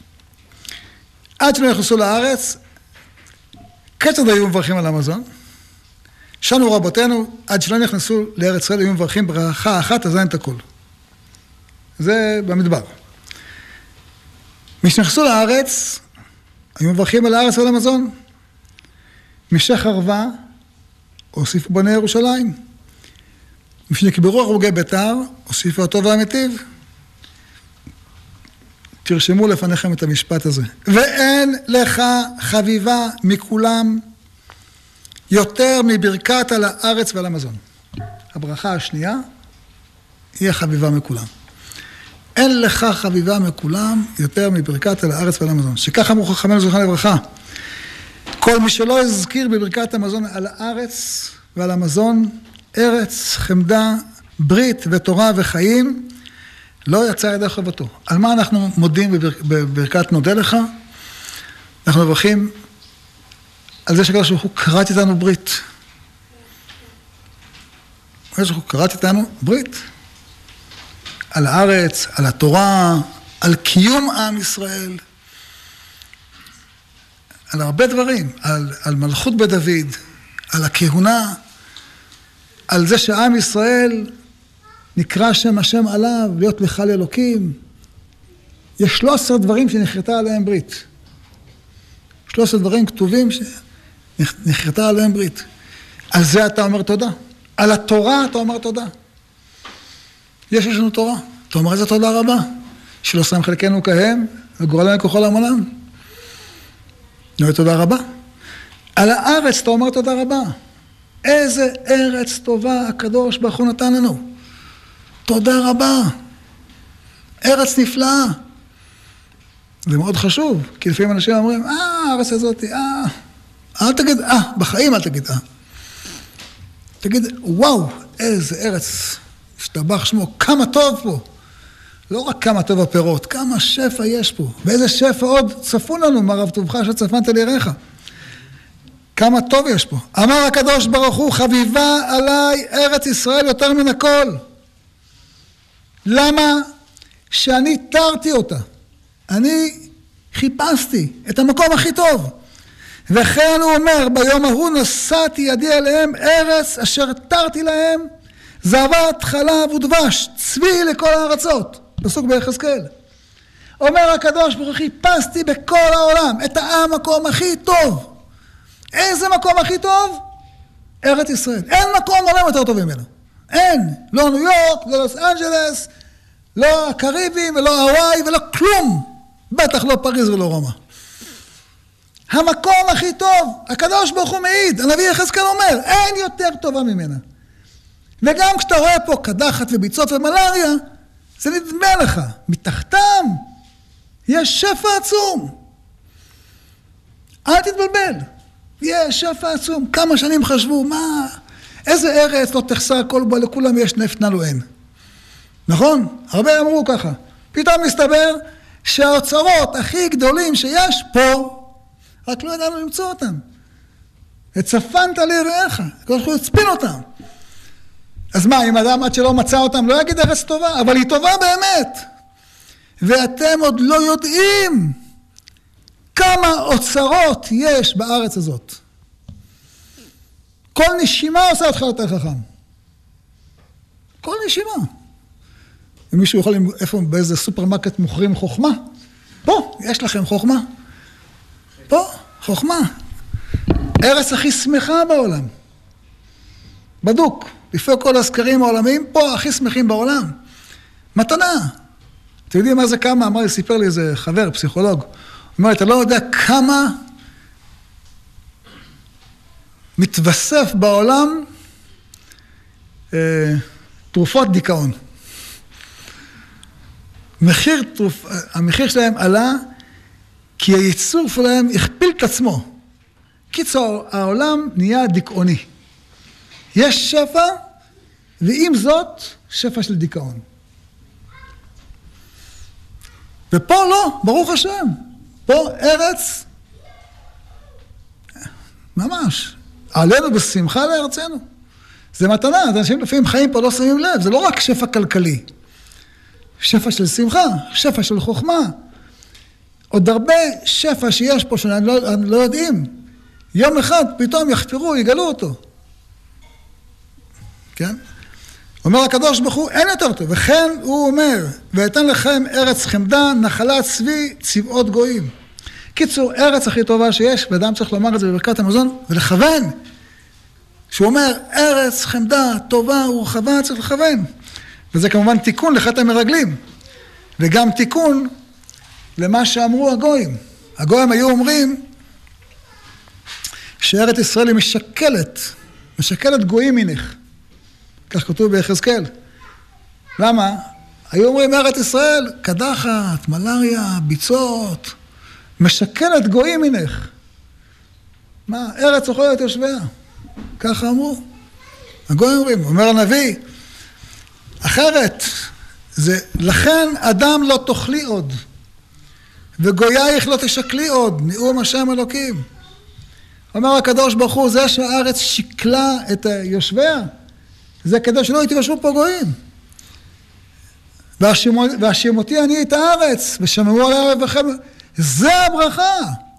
עד שלא נכנסו לארץ, כיצד היו מברכים על המזון? שנו רבותינו, עד שלא נכנסו לארץ ישראל, היו מברכים ברכה אחת, אז אין את הכל. זה במדבר. משנכנסו לארץ, היו מברכים על הארץ ועל המזון. משך ערבה, הוסיפו בני ירושלים. משנקברו הרוגי ביתר, הוסיפו הטוב והמיטיב. תרשמו לפניכם את המשפט הזה. ואין לך חביבה מכולם יותר מברכת על הארץ ועל המזון. הברכה השנייה היא החביבה מכולם. אין לך חביבה מכולם יותר מברכת על הארץ ועל המזון. שכך אמרו חכמינו זכרם לברכה. כל מי שלא הזכיר בברכת המזון על הארץ ועל המזון, ארץ, חמדה, ברית ותורה וחיים, לא יצא ידי חובתו. על מה אנחנו מודים בברכת נודה לך? אנחנו מברכים על זה שקדוש ברוך הוא קראת איתנו ברית. קדוש ברוך הוא קראת איתנו ברית. על הארץ, על התורה, על קיום עם ישראל, על הרבה דברים, על, על מלכות בדוד, על הכהונה, על זה שעם ישראל נקרא שם השם עליו, להיות מיכל אלוקים. יש שלוש עשרה דברים שנחרטה עליהם ברית. שלוש עשרה דברים כתובים שנחרטה עליהם ברית. על זה אתה אומר תודה. על התורה אתה אומר תודה. יש יש לנו תורה. אתה אומר איזה תודה רבה. שלא שם חלקנו כהם, וגורלנו ככל המונם. נראה תודה רבה. על הארץ אתה אומר תודה רבה. איזה ארץ טובה הקדוש ברוך הוא נתן לנו. תודה רבה. ארץ נפלאה. זה מאוד חשוב, כי לפעמים אנשים אומרים, אה, הארץ הזאת, אה, אל תגיד, אה, בחיים אל תגיד, אה. תגיד, וואו, איזה ארץ, השתבח שמו, כמה טוב פה. לא רק כמה טוב הפירות, כמה שפע יש פה. ואיזה שפע עוד צפו לנו, מה רב טובך שצפנת ליריך. כמה טוב יש פה. אמר הקדוש ברוך הוא, חביבה עליי ארץ ישראל יותר מן הכל. למה? שאני תרתי אותה. אני חיפשתי את המקום הכי טוב. וכן הוא אומר, ביום ההוא נשאתי ידי עליהם ארץ אשר תרתי להם, זבת חלב ודבש, צבי לכל הארצות. פסוק ביחזקאל. אומר הקדוש ברוך הוא, חיפשתי בכל העולם את המקום הכי טוב. איזה מקום הכי טוב? ארץ ישראל. אין מקום עולם יותר טוב ממנו. אין. לא ניו יורק, לא לוס אנג'לס, לא הקריבים ולא הוואי ולא כלום. בטח לא פריז ולא רומא. המקום הכי טוב, הקדוש ברוך הוא מעיד, הנביא יחזקאל אומר, אין יותר טובה ממנה. וגם כשאתה רואה פה קדחת וביצות ומלריה, זה נדמה לך, מתחתם יש שפע עצום. אל תתבלבל, יש שפע עצום. כמה שנים חשבו, מה, איזה ארץ לא תחסר כל בו, לכולם יש נפט נלו אין. נכון? הרבה אמרו ככה. פתאום מסתבר שהאוצרות הכי גדולים שיש פה, רק לא ידענו למצוא אותם. הצפנת ליראיך, הקדוש ברוך הוא הצפין אותם. אז מה, אם אדם עד שלא מצא אותם, לא יגיד ארץ טובה, אבל היא טובה באמת. ואתם עוד לא יודעים כמה אוצרות יש בארץ הזאת. כל נשימה עושה אותך יותר חכם. כל נשימה. אם מישהו יכול, איפה, באיזה סופרמרקט מוכרים חוכמה? פה, יש לכם חוכמה. פה, חוכמה. ארץ הכי שמחה בעולם. בדוק. לפי כל הסקרים העולמיים, פה הכי שמחים בעולם. מתנה. אתם יודעים מה זה כמה? אמר לי, סיפר לי איזה חבר, פסיכולוג. הוא אומר לי, אתה לא יודע כמה מתווסף בעולם אה, תרופות דיכאון. מחיר תרופ... המחיר שלהם עלה כי הייצור שלהם הכפיל את עצמו. קיצור, העולם נהיה דיכאוני. יש שפע, ועם זאת, שפע של דיכאון. ופה לא, ברוך השם. פה ארץ, ממש, עלינו בשמחה לארצנו. זה מתנה, אנשים לפעמים חיים פה לא שמים לב, זה לא רק שפע כלכלי. שפע של שמחה, שפע של חוכמה. עוד הרבה שפע שיש פה שאנחנו לא, לא יודעים. יום אחד פתאום יחפרו, יגלו אותו. כן? אומר הקדוש ברוך הוא, אין יותר טוב. וכן הוא אומר, ואתן לכם ארץ חמדה, נחלת צבי, צבאות גויים. קיצור, ארץ הכי טובה שיש, ואדם צריך לומר את זה בברכת המזון, ולכוון. שהוא אומר, ארץ חמדה, טובה ורחבה, צריך לכוון. וזה כמובן תיקון לחטא המרגלים. וגם תיקון למה שאמרו הגויים. הגויים היו אומרים, שארץ ישראל היא משקלת, משקלת גויים מינך. כך כתוב ביחזקאל. למה? היו אומרים ארץ ישראל, קדחת, מלריה, ביצות, משקלת גויים מינך. מה? ארץ אוכלת יושביה. ככה אמרו. הגויים אומרים, אומר הנביא, אחרת, זה, לכן אדם לא תאכלי עוד, וגוייך לא תשקלי עוד, נאום השם אלוקים. אומר הקדוש ברוך הוא, זה שהארץ שקלה את יושביה, זה כדי שלא יתבשרו פה גויים. והשימותי אני את הארץ, ושמרו עליה רבכם, זה הברכה.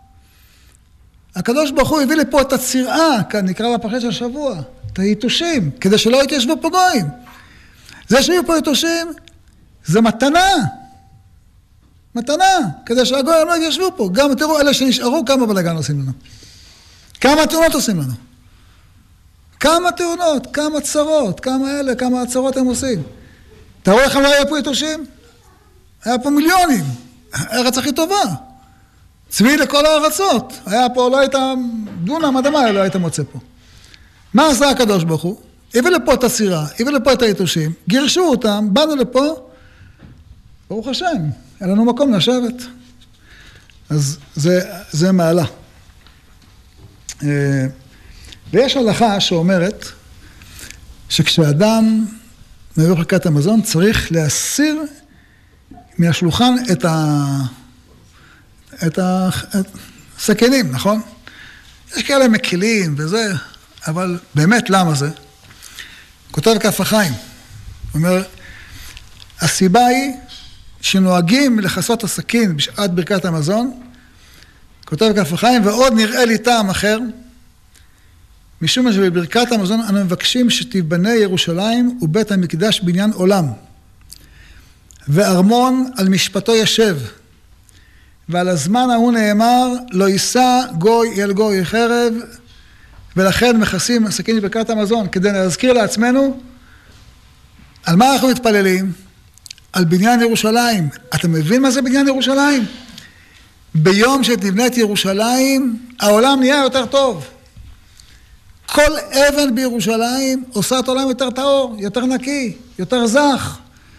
הקדוש ברוך הוא הביא לפה את הצירעה, כאן נקרא בפרשת של השבוע, את היתושים, כדי שלא יתיישבו פה גויים. זה שיהיו פה יתושים, זה מתנה. מתנה, כדי שהגויים לא יתיישבו פה. גם תראו, אלה שנשארו, כמה בלגן עושים לנו. כמה תאונות עושים לנו. כמה תאונות, כמה צרות, כמה אלה, כמה הצרות הם עושים. אתה רואה איך לא היה פה יתושים? היה פה מיליונים. הארץ הכי טובה. צבי לכל הארצות. היה פה, לא היית דונם אדמה, לא היית מוצא פה. מה עשה הקדוש ברוך הוא? הביא לפה את הסירה, הביא לפה את היתושים, גירשו אותם, באנו לפה, ברוך השם, היה לנו מקום לשבת. אז זה, זה מעלה. ויש הלכה שאומרת שכשאדם מביא ברכת המזון צריך להסיר מהשולחן את ה... את הסכינים, נכון? יש כאלה מקילים וזה, אבל באמת למה זה? כותב כף החיים, הוא אומר, הסיבה היא שנוהגים לחסות הסכין בשעת ברכת המזון, כותב כף החיים, ועוד נראה לי טעם אחר, משום שבברכת המזון אנו מבקשים שתיבנה ירושלים ובית המקדש בניין עולם, וארמון על משפטו ישב, ועל הזמן ההוא נאמר, לא יישא גוי אל גוי חרב, ולכן מכסים סכין בברכת המזון, כדי להזכיר לעצמנו, על מה אנחנו מתפללים? על בניין ירושלים. אתה מבין מה זה בניין ירושלים? ביום שתבנית ירושלים, העולם נהיה יותר טוב. כל אבן בירושלים עושה את העולם יותר טהור, יותר נקי, יותר זך.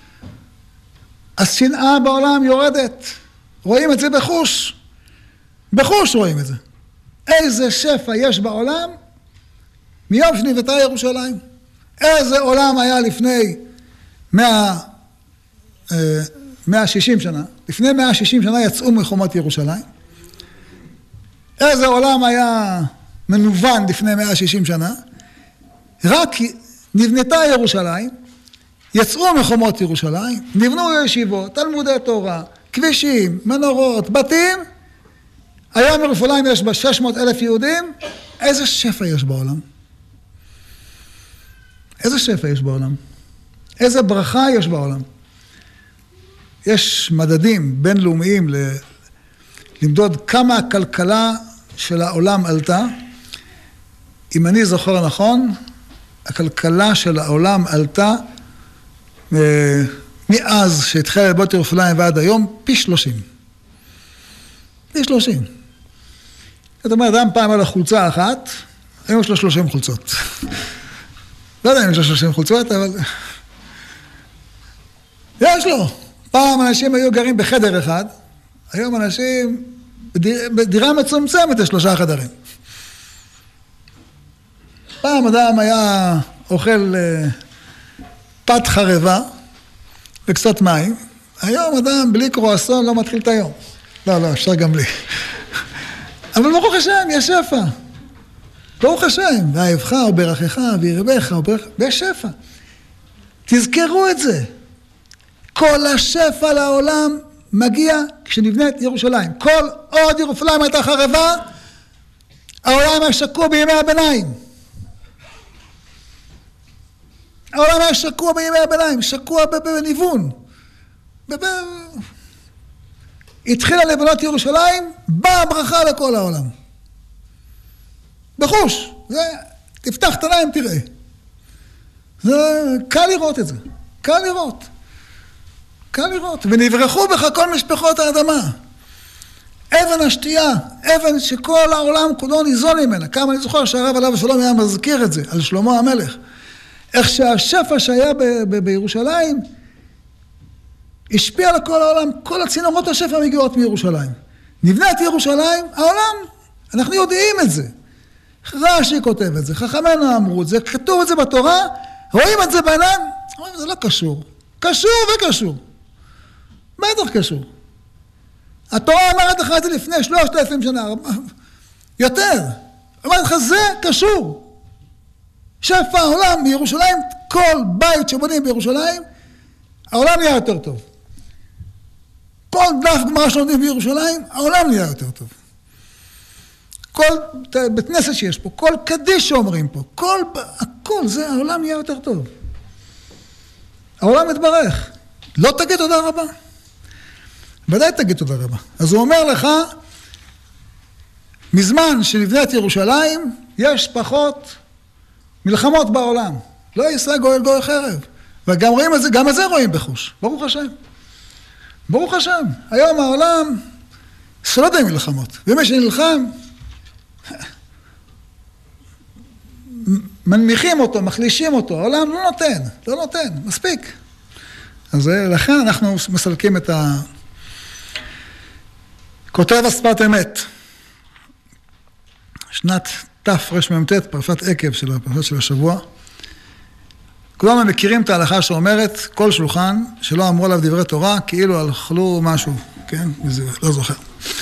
השנאה בעולם יורדת. רואים את זה בחוש. בחוש רואים את זה. איזה שפע יש בעולם מיום שנבנתה ירושלים. איזה עולם היה לפני מאה ושישים שנה. לפני מאה ושישים שנה יצאו מחומות ירושלים. איזה עולם היה מנוון לפני מאה ושישים שנה. רק נבנתה ירושלים, יצאו מחומות ירושלים, נבנו ישיבות, תלמודי תורה, כבישים, מנורות, בתים. היום ירושלים יש בה שש מאות אלף יהודים. איזה שפע יש בעולם? איזה שפע יש בעולם? איזה ברכה יש בעולם? יש מדדים בינלאומיים ל... למדוד כמה הכלכלה של העולם עלתה. אם אני זוכר נכון, הכלכלה של העולם עלתה מאז שהתחילה לבנות ירושלים ועד היום פי שלושים. פי שלושים. זאת אומרת, אדם פעם על חולצה אחת, היום יש לו שלושים חולצות. לא יודע אם יש לו שלושים חולצות, אבל... יש לו. פעם אנשים היו גרים בחדר אחד, היום אנשים בדיר, בדירה מצומצמת לשלושה חדרים. פעם אדם היה אוכל פת חרבה וקצת מים, היום אדם בלי קרואסון לא מתחיל את היום. לא, לא, אפשר גם בלי. אבל ברוך השם, יש שפע. ברוך השם, ואהבך וברכך וירבך וברכך, ויש שפע. תזכרו את זה. כל השפע לעולם מגיע כשנבנית ירושלים. כל עוד ירושלים הייתה חרבה, העולם היה שקוע בימי הביניים. העולם היה שקוע בימי הביניים, שקוע בניוון. התחילה לבנות ירושלים, באה ברכה לכל העולם. בחוש, זה, תפתח את העיניים, תראה. זה קל לראות את זה, קל לראות. קל לראות, ונברחו בך כל משפחות האדמה. אבן השתייה, אבן שכל העולם כולו ניזון ממנה. כמה אני זוכר שהרב עליו השלום היה מזכיר את זה, על שלמה המלך. איך שהשפע שהיה ב- ב- בירושלים, השפיע על כל העולם, כל הצינורות השפע מגיעות מירושלים. נבנית ירושלים, העולם, אנחנו יודעים את זה. רש"י כותב את זה, חכמינו אמרו את זה, כתוב את זה בתורה, רואים את זה בעיניים, רואים, זה לא קשור. קשור וקשור. בטח קשור. התורה אמרת לך את זה לפני שלושת אלפים שנה, יותר. אמרת לך, זה קשור. שפע העולם בירושלים, כל בית שבונים בירושלים, העולם נהיה יותר טוב. כל דף גמרא שלומדים בירושלים, העולם נהיה יותר טוב. כל בית כנסת שיש פה, כל קדיש שאומרים פה, כל, הכל זה, העולם נהיה יותר טוב. העולם מתברך. לא תגיד תודה רבה. ודאי תגיד תודה רבה. אז הוא אומר לך, מזמן שנבנית ירושלים, יש פחות מלחמות בעולם. לא יישא גוי אל גוי חרב. וגם רואים את זה, גם את זה רואים בחוש. ברוך השם. ברוך השם. היום העולם סולד עם מלחמות. ומי שנלחם, מנמיכים אותו, מחלישים אותו. העולם לא נותן, לא נותן. מספיק. אז לכן אנחנו מסלקים את ה... כותב השפת אמת. שנת תרמ"ט, פרשת עקב של הפרשת של השבוע. כולם מכירים את ההלכה שאומרת, כל שולחן שלא אמרו עליו דברי תורה, כאילו אכלו משהו, כן? וזה לא זוכר.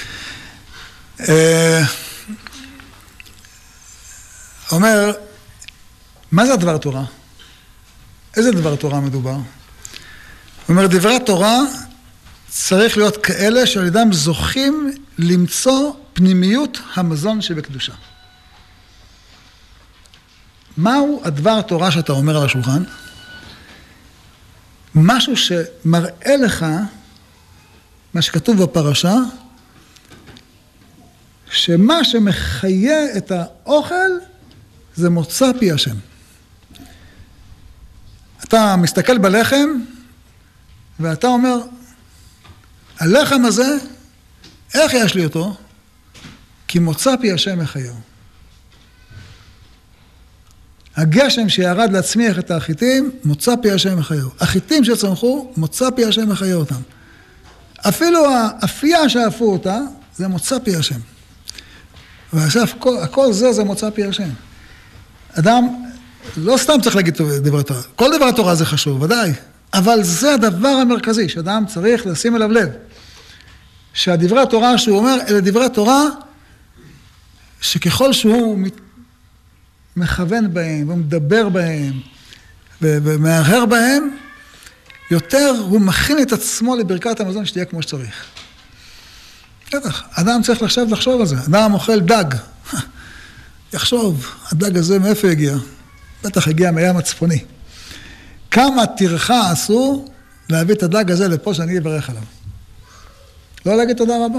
אומר, מה זה הדבר תורה? איזה דבר תורה מדובר? הוא אומר, דברי התורה צריך להיות כאלה שעל ידם זוכים למצוא פנימיות המזון שבקדושה. מהו הדבר תורה שאתה אומר על השולחן? משהו שמראה לך, מה שכתוב בפרשה, שמה שמחיה את האוכל זה מוצא פי השם. אתה מסתכל בלחם, ואתה אומר, הלחם הזה, איך יש לי אותו? כי מוצא פי השם מחייהו. הגשם שירד להצמיח את החיטים, מוצא פי השם מחייהו. החיטים שצמחו, מוצא פי השם מחייהו אותם. אפילו האפייה שאפו אותה, זה מוצא פי השם. ועכשיו, הכל, הכל זה, זה מוצא פי השם. אדם, לא סתם צריך להגיד דברי תורה. כל דברי תורה זה חשוב, ודאי. אבל זה הדבר המרכזי, שאדם צריך לשים אליו לב. שהדברי התורה שהוא אומר, אלה דברי תורה, שככל שהוא מכוון בהם, ומדבר בהם, ומאהר בהם, יותר הוא מכין את עצמו לברכת המזון שתהיה כמו שצריך. בטח, אדם צריך לחשוב, לחשוב על זה. אדם אוכל דג. יחשוב, הדג הזה מאיפה הגיע? בטח הגיע מהים הצפוני. כמה טרחה עשו להביא את הדג הזה לפה שאני אברך עליו. לא להגיד תודה רבה.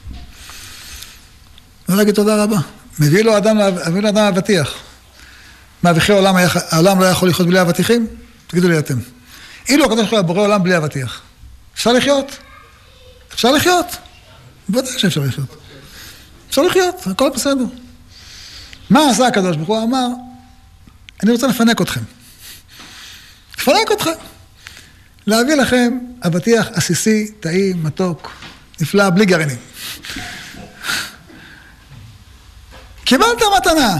לא להגיד תודה רבה. מביא לו אדם, מביא לו אדם אבטיח. מה, וכי העולם, העולם לא יכול לחיות בלי אבטיחים? תגידו לי אתם. אילו הקדוש ברוך הוא בורא עולם בלי אבטיח. אפשר לחיות? אפשר לחיות? בוודאי שאפשר לחיות. אפשר לחיות, הכל בסדר. מה עשה הקדוש ברוך הוא? אמר, אני רוצה לפנק אתכם. לפנק אתכם. להביא לכם אבטיח עסיסי, טעים, מתוק, נפלא, בלי גרעינים. קיבלת מתנה.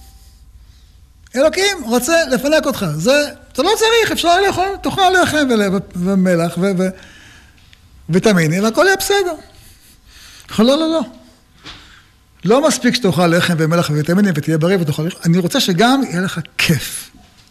אלוקים רוצה לפנק אותך. זה, אתה לא צריך, אפשר לאכול, תאכל לחם ומלח וויטמינים, והכל יהיה בסדר. לא, לא, לא. לא מספיק שתאכל לחם ומלח וויטמינים ותהיה בריא ותאכל לחם. אני רוצה שגם יהיה לך כיף.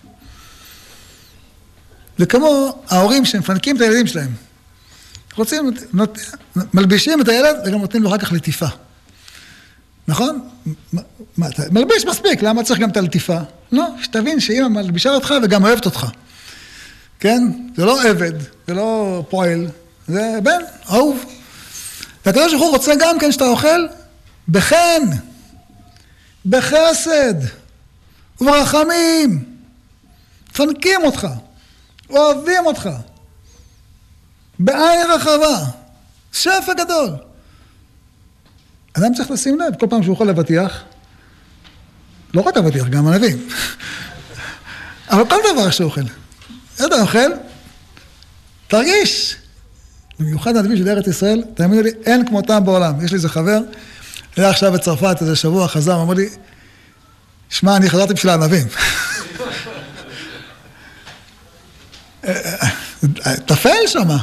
וכמו ההורים שמפנקים את הילדים שלהם. רוצים, נות... מלבישים את הילד וגם נותנים לו אחר כך לטיפה. נכון? מה, אתה מלביש מספיק, למה צריך גם את הלטיפה? לא, שתבין שאמא מלבישה אותך וגם אוהבת אותך. כן? זה לא עבד, זה לא פועל, זה בן, אהוב. והקדוש ברוך הוא רוצה גם כן שאתה אוכל בחן, בחסד, וברחמים. פנקים אותך, אוהבים אותך. בעין רחבה, שפע גדול. אדם צריך לשים לב, כל פעם שהוא אוכל אבטיח, לא רק אבטיח, גם ענבים. אבל כל דבר שהוא אוכל. אתה אוכל, תרגיש. במיוחד ענבים של ארץ ישראל, תאמינו לי, אין כמותם בעולם. יש לי איזה חבר, היה עכשיו בצרפת איזה שבוע, חזר, אמר לי, שמע, אני חזרתי בשביל הענבים. תפל שמה.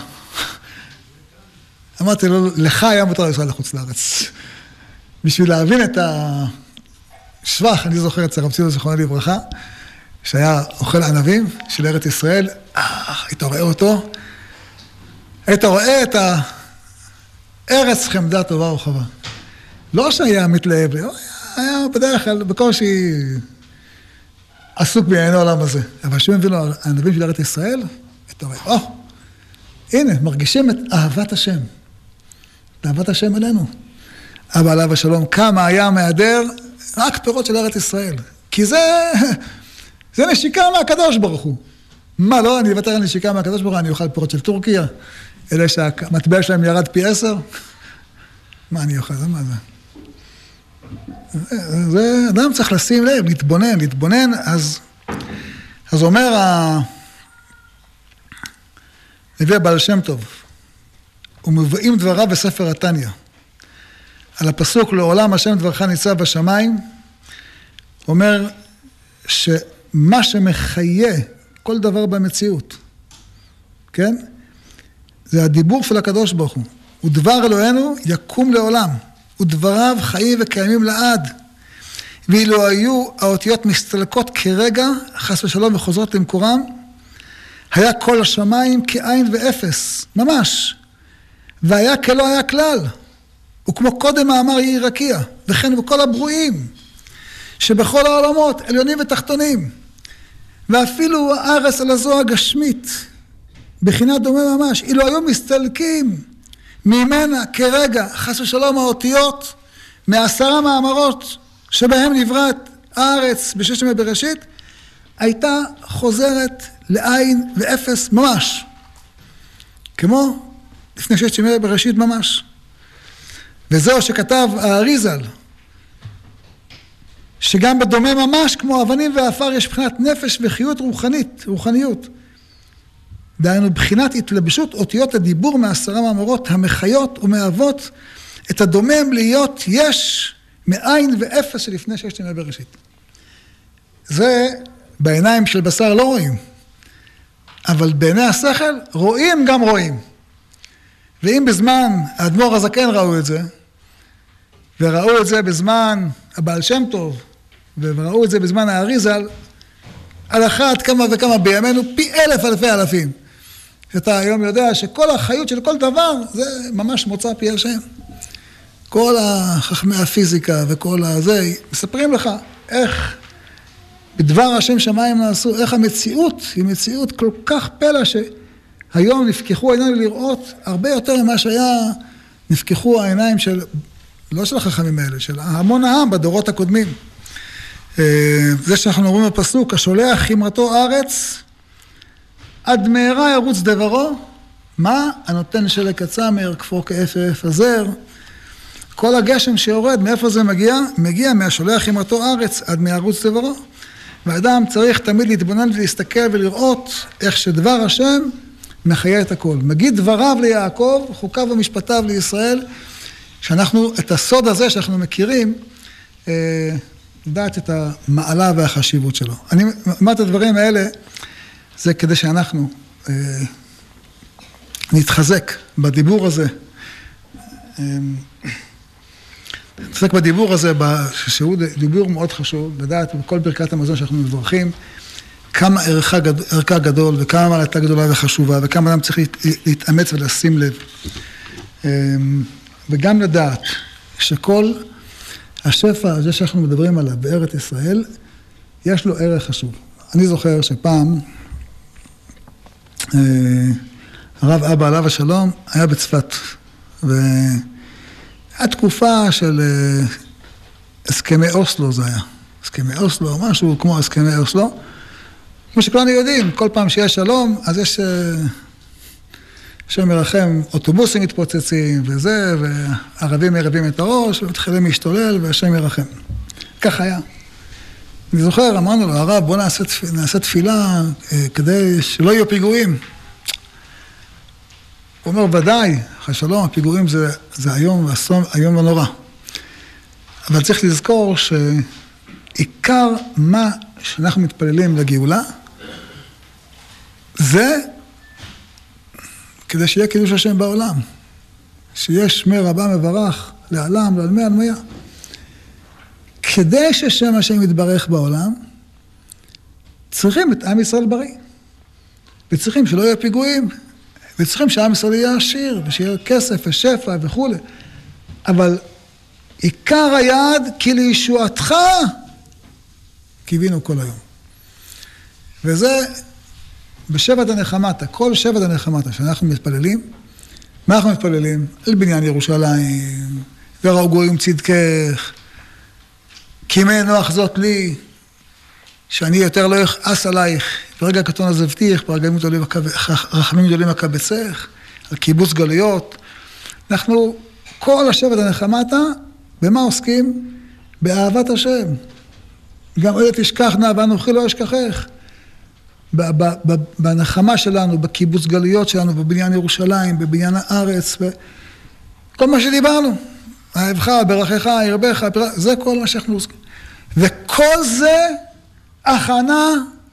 אמרתי לו, לך היה מותר לנסוע לחוץ לארץ. בשביל להבין את השבח, אני זוכר את הרב ציון זיכרונו לברכה, שהיה אוכל ענבים של ארץ ישראל, אה, היית רואה אותו, היית רואה את הארץ חמדה טובה ורחבה. לא שהיה מתלהב, היה בדרך כלל בקושי עסוק בענייני העולם הזה. אבל כשהם הבינו הענבים של ארץ ישראל, אתה רואה, או, הנה, מרגישים את אהבת השם. את אהבת השם אלינו. אבא עליו השלום, כמה היה מהדר, רק פירות של ארץ ישראל. כי זה, זה נשיקה מהקדוש ברוך הוא. מה, לא, אני אוותר על נשיקה מהקדוש ברוך הוא, אני אוכל פירות של טורקיה, אלה שהמטבע שלהם ירד פי עשר. מה אני אוכל, זה מה זה? זה, אדם צריך לשים לב, להתבונן, להתבונן, אז, אז אומר ה... נביא בעל שם טוב, ומובאים דבריו בספר התניא, על הפסוק לעולם השם דברך ניצב בשמיים, אומר שמה שמחיה כל דבר במציאות, כן? זה הדיבור של הקדוש ברוך הוא. ודבר אלוהינו יקום לעולם, ודבריו חיים וקיימים לעד. ואילו היו האותיות מסתלקות כרגע, חס ושלום וחוזרות למקורם, היה כל השמיים כעין ואפס, ממש. והיה כלא היה כלל. וכמו קודם האמר יהי רקיע, וכן בכל הברואים, שבכל העולמות, עליונים ותחתונים, ואפילו הארץ על הזו הגשמית, בחינה דומה ממש, אילו היו מסתלקים ממנה כרגע, חס ושלום האותיות, מעשרה מאמרות שבהם נבראת הארץ בששת ימי בראשית, הייתה חוזרת לעין ואפס ממש. כמו לפני ששת ימי בראשית ממש. וזהו שכתב האריזל, שגם בדומה ממש כמו אבנים ואפר יש בחינת נפש וחיות רוחנית, רוחניות. דהיינו בחינת התלבשות אותיות הדיבור מעשרה מאמרות המחיות ומהוות את הדומם להיות יש מאין ואפס שלפני ששת ימי בראשית. זה בעיניים של בשר לא רואים, אבל בעיני השכל רואים גם רואים. ואם בזמן האדמו"ר הזקן ראו את זה, וראו את זה בזמן הבעל שם טוב, וראו את זה בזמן האריזל, על אחת כמה וכמה בימינו פי אלף אלפי אלפים. אתה היום יודע שכל החיות של כל דבר זה ממש מוצא פי השם. כל החכמי הפיזיקה וכל הזה, מספרים לך איך בדבר השם שמיים נעשו, איך המציאות היא מציאות כל כך פלא שהיום נפקחו העיניים לראות הרבה יותר ממה שהיה נפקחו העיניים של, לא של החכמים האלה, של המון העם בדורות הקודמים. זה שאנחנו אומרים בפסוק, השולח חמרתו ארץ, עד מהרה ירוץ דברו, מה? הנותן שלג הצמר, כפור כאפר יפזר. כל הגשם שיורד, מאיפה זה מגיע? מגיע מהשולח חמרתו ארץ, עד מהרוץ דברו. והאדם צריך תמיד להתבונן ולהסתכל ולראות איך שדבר השם מחיה את הכל. מגיד דבריו ליעקב, חוקיו ומשפטיו לישראל, שאנחנו, את הסוד הזה שאנחנו מכירים, לדעת את המעלה והחשיבות שלו. אני אומר את הדברים האלה, זה כדי שאנחנו נתחזק בדיבור הזה, נתחזק בדיבור הזה, שהוא דיבור מאוד חשוב, לדעת בכל ברכת המזון שאנחנו מברכים, כמה ערכה, ערכה גדול וכמה מעלתה גדולה וחשובה, וכמה אדם צריך להתאמץ ולשים לב. וגם לדעת שכל השפע הזה שאנחנו מדברים עליו בארץ ישראל, יש לו ערך חשוב. אני זוכר שפעם, הרב אבא עליו השלום היה בצפת, והייתה תקופה של הסכמי אוסלו זה היה. הסכמי אוסלו, משהו כמו הסכמי אוסלו. כמו שכולנו יודעים, כל פעם שיש שלום, אז יש שם מרחם, אוטובוסים מתפוצצים וזה, וערבים מרבים את הראש, ומתחילים להשתולל, והשם מרחם. כך היה. אני זוכר, אמרנו לו, הרב, בוא נעשה, נעשה תפילה כדי שלא יהיו פיגועים. הוא אומר, ודאי, השלום, הפיגועים זה, זה היום, היום ונורא. אבל צריך לזכור שעיקר מה שאנחנו מתפללים לגאולה, זה כדי שיהיה קידוש השם בעולם. שיש שמי רבה מברך לעלם, לעלמי עלמיה. כדי ששם השם יתברך בעולם, צריכים את עם ישראל בריא. וצריכים שלא יהיו פיגועים. וצריכים שעם ישראל יהיה עשיר, ושיהיה כסף ושפע וכו'. אבל עיקר היעד, כי לישועתך קיווינו כל היום. וזה בשבט הנחמתה, כל שבט הנחמתה שאנחנו מתפללים, מה אנחנו מתפללים? על בניין ירושלים, וראו גויים צדקך, קימי נוח זאת לי, שאני יותר לא יכעס עלייך, ברגע קטון עזבתיך, ברחמים גדולים אקבצך, על קיבוץ גלויות. אנחנו, כל השבט הנחמתה, במה עוסקים? באהבת השם. גם אלה תשכח נא ואנוכי לא אשכחך. בנחמה שלנו, בקיבוץ גלויות שלנו, בבניין ירושלים, בבניין הארץ, כל מה שדיברנו. אהבך, ברכך, ירבך, זה כל מה שאנחנו עוסקים. וכל זה הכנה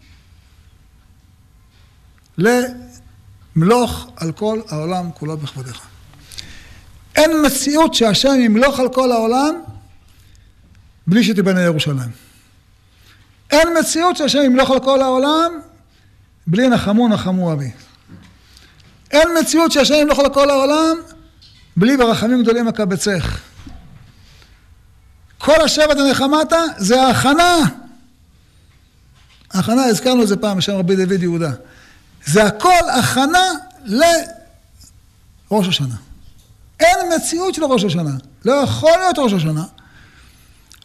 למלוך על כל העולם כולו בכבודך. אין מציאות שהשם ימלוך על כל העולם בלי שתיבנה ירושלים. אין מציאות שהשם ימלוך על כל העולם בלי נחמו נחמו אבי. אין מציאות שהשם ימלוך על כל העולם בלי ברחמים גדולים אקבצך. כל השבט הנחמתה זה ההכנה. ההכנה, הזכרנו את זה פעם בשם רבי דוד יהודה. זה הכל הכנה לראש השנה. אין מציאות של ראש השנה. לא יכול להיות ראש השנה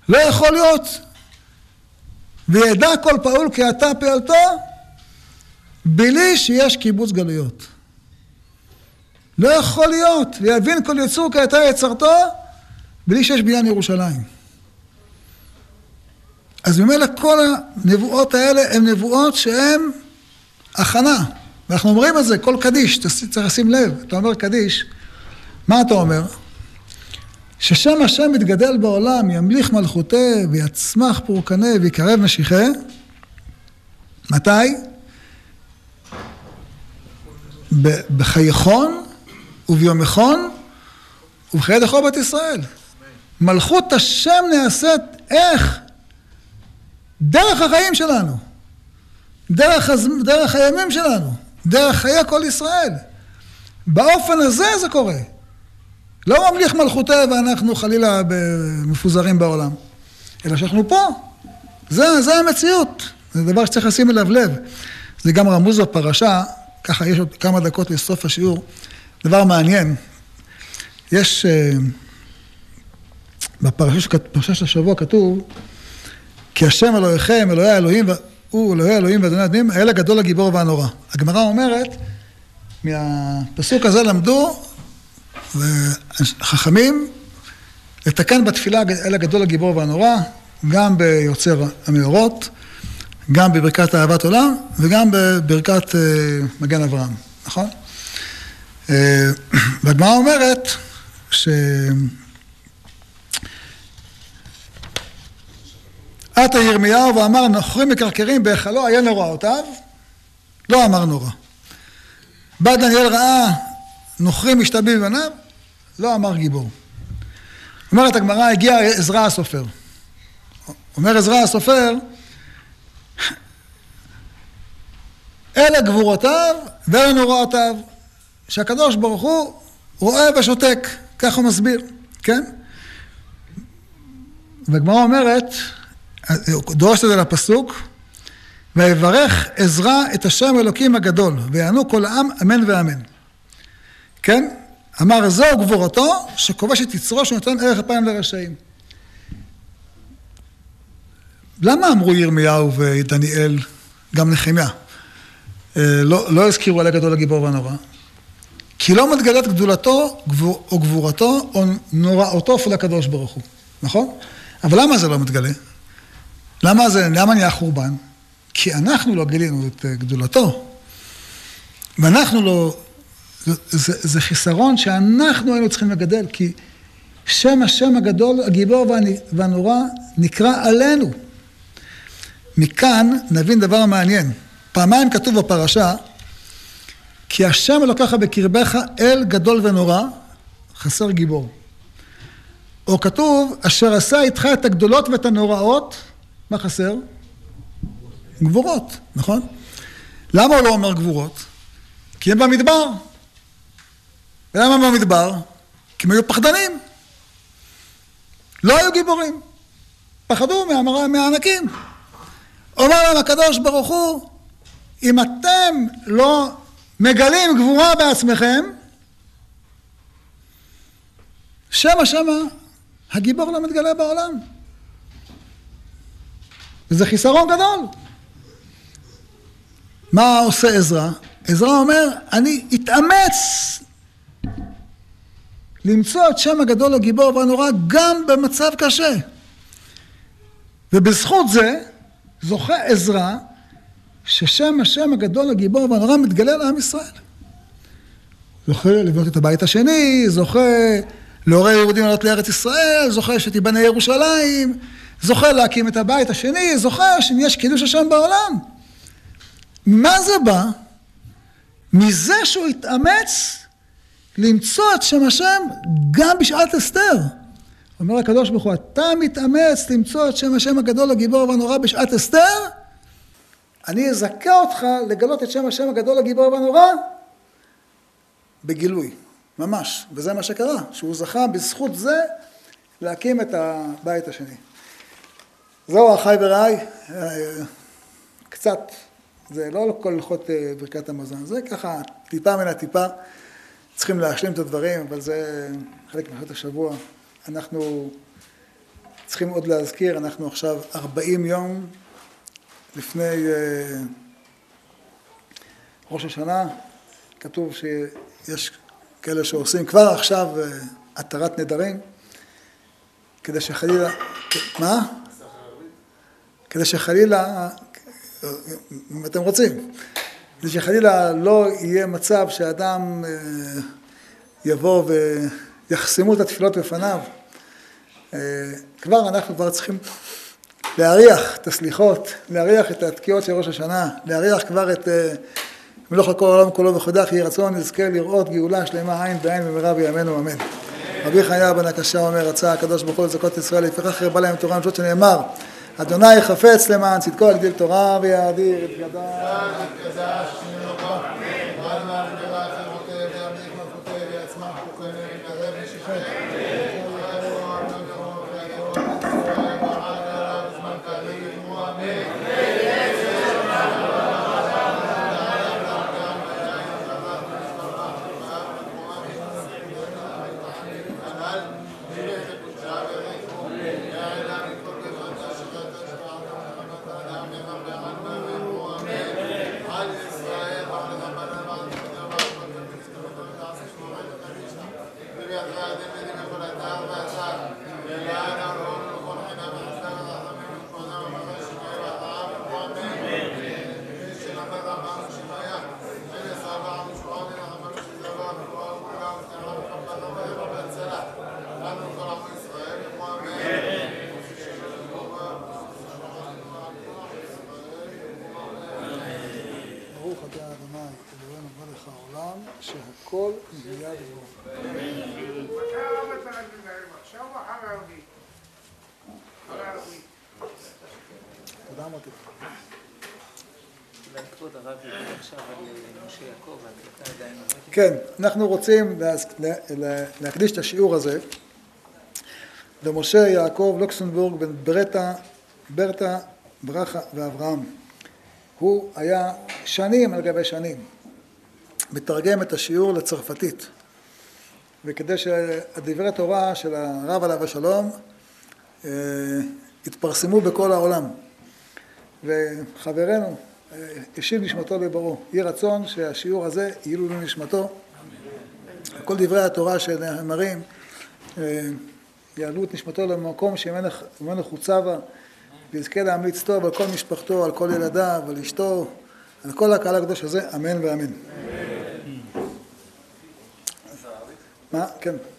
לא יכול להיות. וידע כל פעול כי אתה פעלתו, בלי שיש קיבוץ גלויות. לא יכול להיות, ויבין כל יצור כי אתה יצרתו, בלי שיש בניין ירושלים. אז ממילא כל הנבואות האלה הן נבואות שהן הכנה. ואנחנו אומרים את זה, כל קדיש, צריך לשים לב, אתה אומר קדיש, מה אתה אומר? ששם השם מתגדל בעולם, ימליך מלכותה, ויצמח פורקנה, ויקרב נשיכה. מתי? בחייכון, וביומכון, ובחיי דחו בת ישראל. מלכות השם נעשית איך? דרך החיים שלנו. דרך, דרך הימים שלנו. דרך חיי כל ישראל. באופן הזה זה קורה. לא ממליך מלכותה ואנחנו חלילה מפוזרים בעולם. אלא שאנחנו פה. זה, זה המציאות. זה דבר שצריך לשים אליו לב. זה גם רמוז בפרשה, ככה יש עוד כמה דקות לסוף השיעור. דבר מעניין. יש, בפרשה של השבוע כתוב, כי השם אלוהיכם, אלוהי האלוהים, הוא אלוהי האלוהים ואדוני האדונים, האל הגדול הגיבור והנורא. הגמרא אומרת, מהפסוק הזה למדו, וחכמים, לתקן בתפילה האל הגדול הגיבור והנורא, גם ביוצר המאורות, גם בברכת אהבת עולם, וגם בברכת מגן אברהם, נכון? והגמרא אומרת, ש... עתה ירמיהו ואמר נוכרים מקרקרים בהיכלו היה נוראותיו, לא אמר נורא. בא דניאל ראה נוכרים משתבים בבניו, לא אמר גיבור. אומרת הגמרא, הגיע עזרא הסופר. אומר עזרא הסופר, אלה גבורותיו ואלה נוראותיו, שהקדוש ברוך הוא רואה ושותק, כך הוא מסביר, כן? והגמרא אומרת, דורשת את זה לפסוק, ויברך עזרא את השם אלוקים הגדול, ויענו כל העם אמן ואמן. כן? אמר זהו גבורתו, שכובש את יצרו שנותן ערך אפיים לרשעים. למה אמרו ירמיהו ודניאל, גם נחמיה? לא, לא הזכירו על הגדול הגיבור והנורא. כי לא מתגלת גדולתו גבור, או גבורתו או נוראותו של הקדוש ברוך הוא. נכון? אבל למה זה לא מתגלה? למה זה, למה נהיה חורבן? כי אנחנו לא גילינו את גדולתו. ואנחנו לא, זה, זה חיסרון שאנחנו היינו צריכים לגדל, כי שם השם הגדול, הגיבור והנורא, נקרא עלינו. מכאן נבין דבר מעניין. פעמיים כתוב בפרשה, כי השם אלוקיך בקרבך אל גדול ונורא, חסר גיבור. או כתוב, אשר עשה איתך את הגדולות ואת הנוראות, מה חסר? גבורות, נכון? למה הוא לא אומר גבורות? כי הם במדבר. ולמה הם במדבר? כי הם היו פחדנים. לא היו גיבורים. פחדו מהענקים. אומר להם הקדוש ברוך הוא, אם אתם לא מגלים גבורה בעצמכם, שמה שמה, הגיבור לא מתגלה בעולם. וזה חיסרון גדול. מה עושה עזרא? עזרא אומר, אני אתאמץ למצוא את שם הגדול הגיבור והנורא גם במצב קשה. ובזכות זה זוכה עזרא ששם השם הגדול הגיבור והנורא מתגלה לעם ישראל. זוכה לבנות את הבית השני, זוכה לעורר יהודים לעלות לארץ ישראל, זוכה שתיבנה ירושלים, זוכה להקים את הבית השני, זוכה שיש קידוש השם בעולם. מה זה בא? מזה שהוא התאמץ למצוא את שם השם גם בשעת אסתר. אומר הקדוש ברוך הוא, אתה מתאמץ למצוא את שם השם הגדול הגיבור והנורא בשעת אסתר, אני אזכה אותך לגלות את שם השם הגדול הגיבור והנורא בגילוי, ממש. וזה מה שקרה, שהוא זכה בזכות זה להקים את הבית השני. זהו אחי ורעי, קצת, זה לא כל הלכות ברכת המזון, זה ככה טיפה מן הטיפה, צריכים להשלים את הדברים, אבל זה חלק מחלק השבוע. אנחנו צריכים עוד להזכיר, אנחנו עכשיו ארבעים יום לפני ראש השנה, כתוב שיש כאלה שעושים כבר עכשיו התרת נדרים, כדי שחלילה, מה? כדי שחלילה, אם אתם רוצים, כדי שחלילה לא יהיה מצב שאדם יבוא ויחסמו את התפילות בפניו. כבר אנחנו כבר צריכים להריח את הסליחות, להריח את התקיעות של ראש השנה, להריח כבר את מלוך הכל העולם כולו מחודש, יהי רצון נזכה לראות גאולה שלמה עין בעין במהרה בימינו אמן. רבי חיה בן הקשה אומר, רצה הקדוש ברוך הוא לזכות ישראל, לפיכך הרבה להם תורה ומצוות שנאמר, אדוני חפץ למען צדקו יגדיל תורה ויאדיר את גדל. שהכל נהיה בו. מתי הרב אתה נדברים? עכשיו או אחר הרבי? אחר הרבי. תודה מוטי. אולי כבוד הרב יגיד עכשיו על משה יעקב, ההקלטה עדיין עובדת. כן, אנחנו רוצים להקדיש את השיעור הזה למשה יעקב לוקסנבורג בן ברטה, ברטה, ברכה ואברהם. הוא היה שנים על גבי שנים מתרגם את השיעור לצרפתית, וכדי שהדברי תורה של הרב עליו השלום התפרסמו בכל העולם. וחברנו השיב נשמתו לברו, יהי רצון שהשיעור הזה יהיו לנשמתו. כל דברי התורה שנאמרים יעלו את נשמתו למקום שממנו חוצבה, ויזכה להמליץ טוב על כל משפחתו, על כל ילדיו, על אשתו, על כל הקהל הקדוש הזה, אמן ואמן. מה? כן.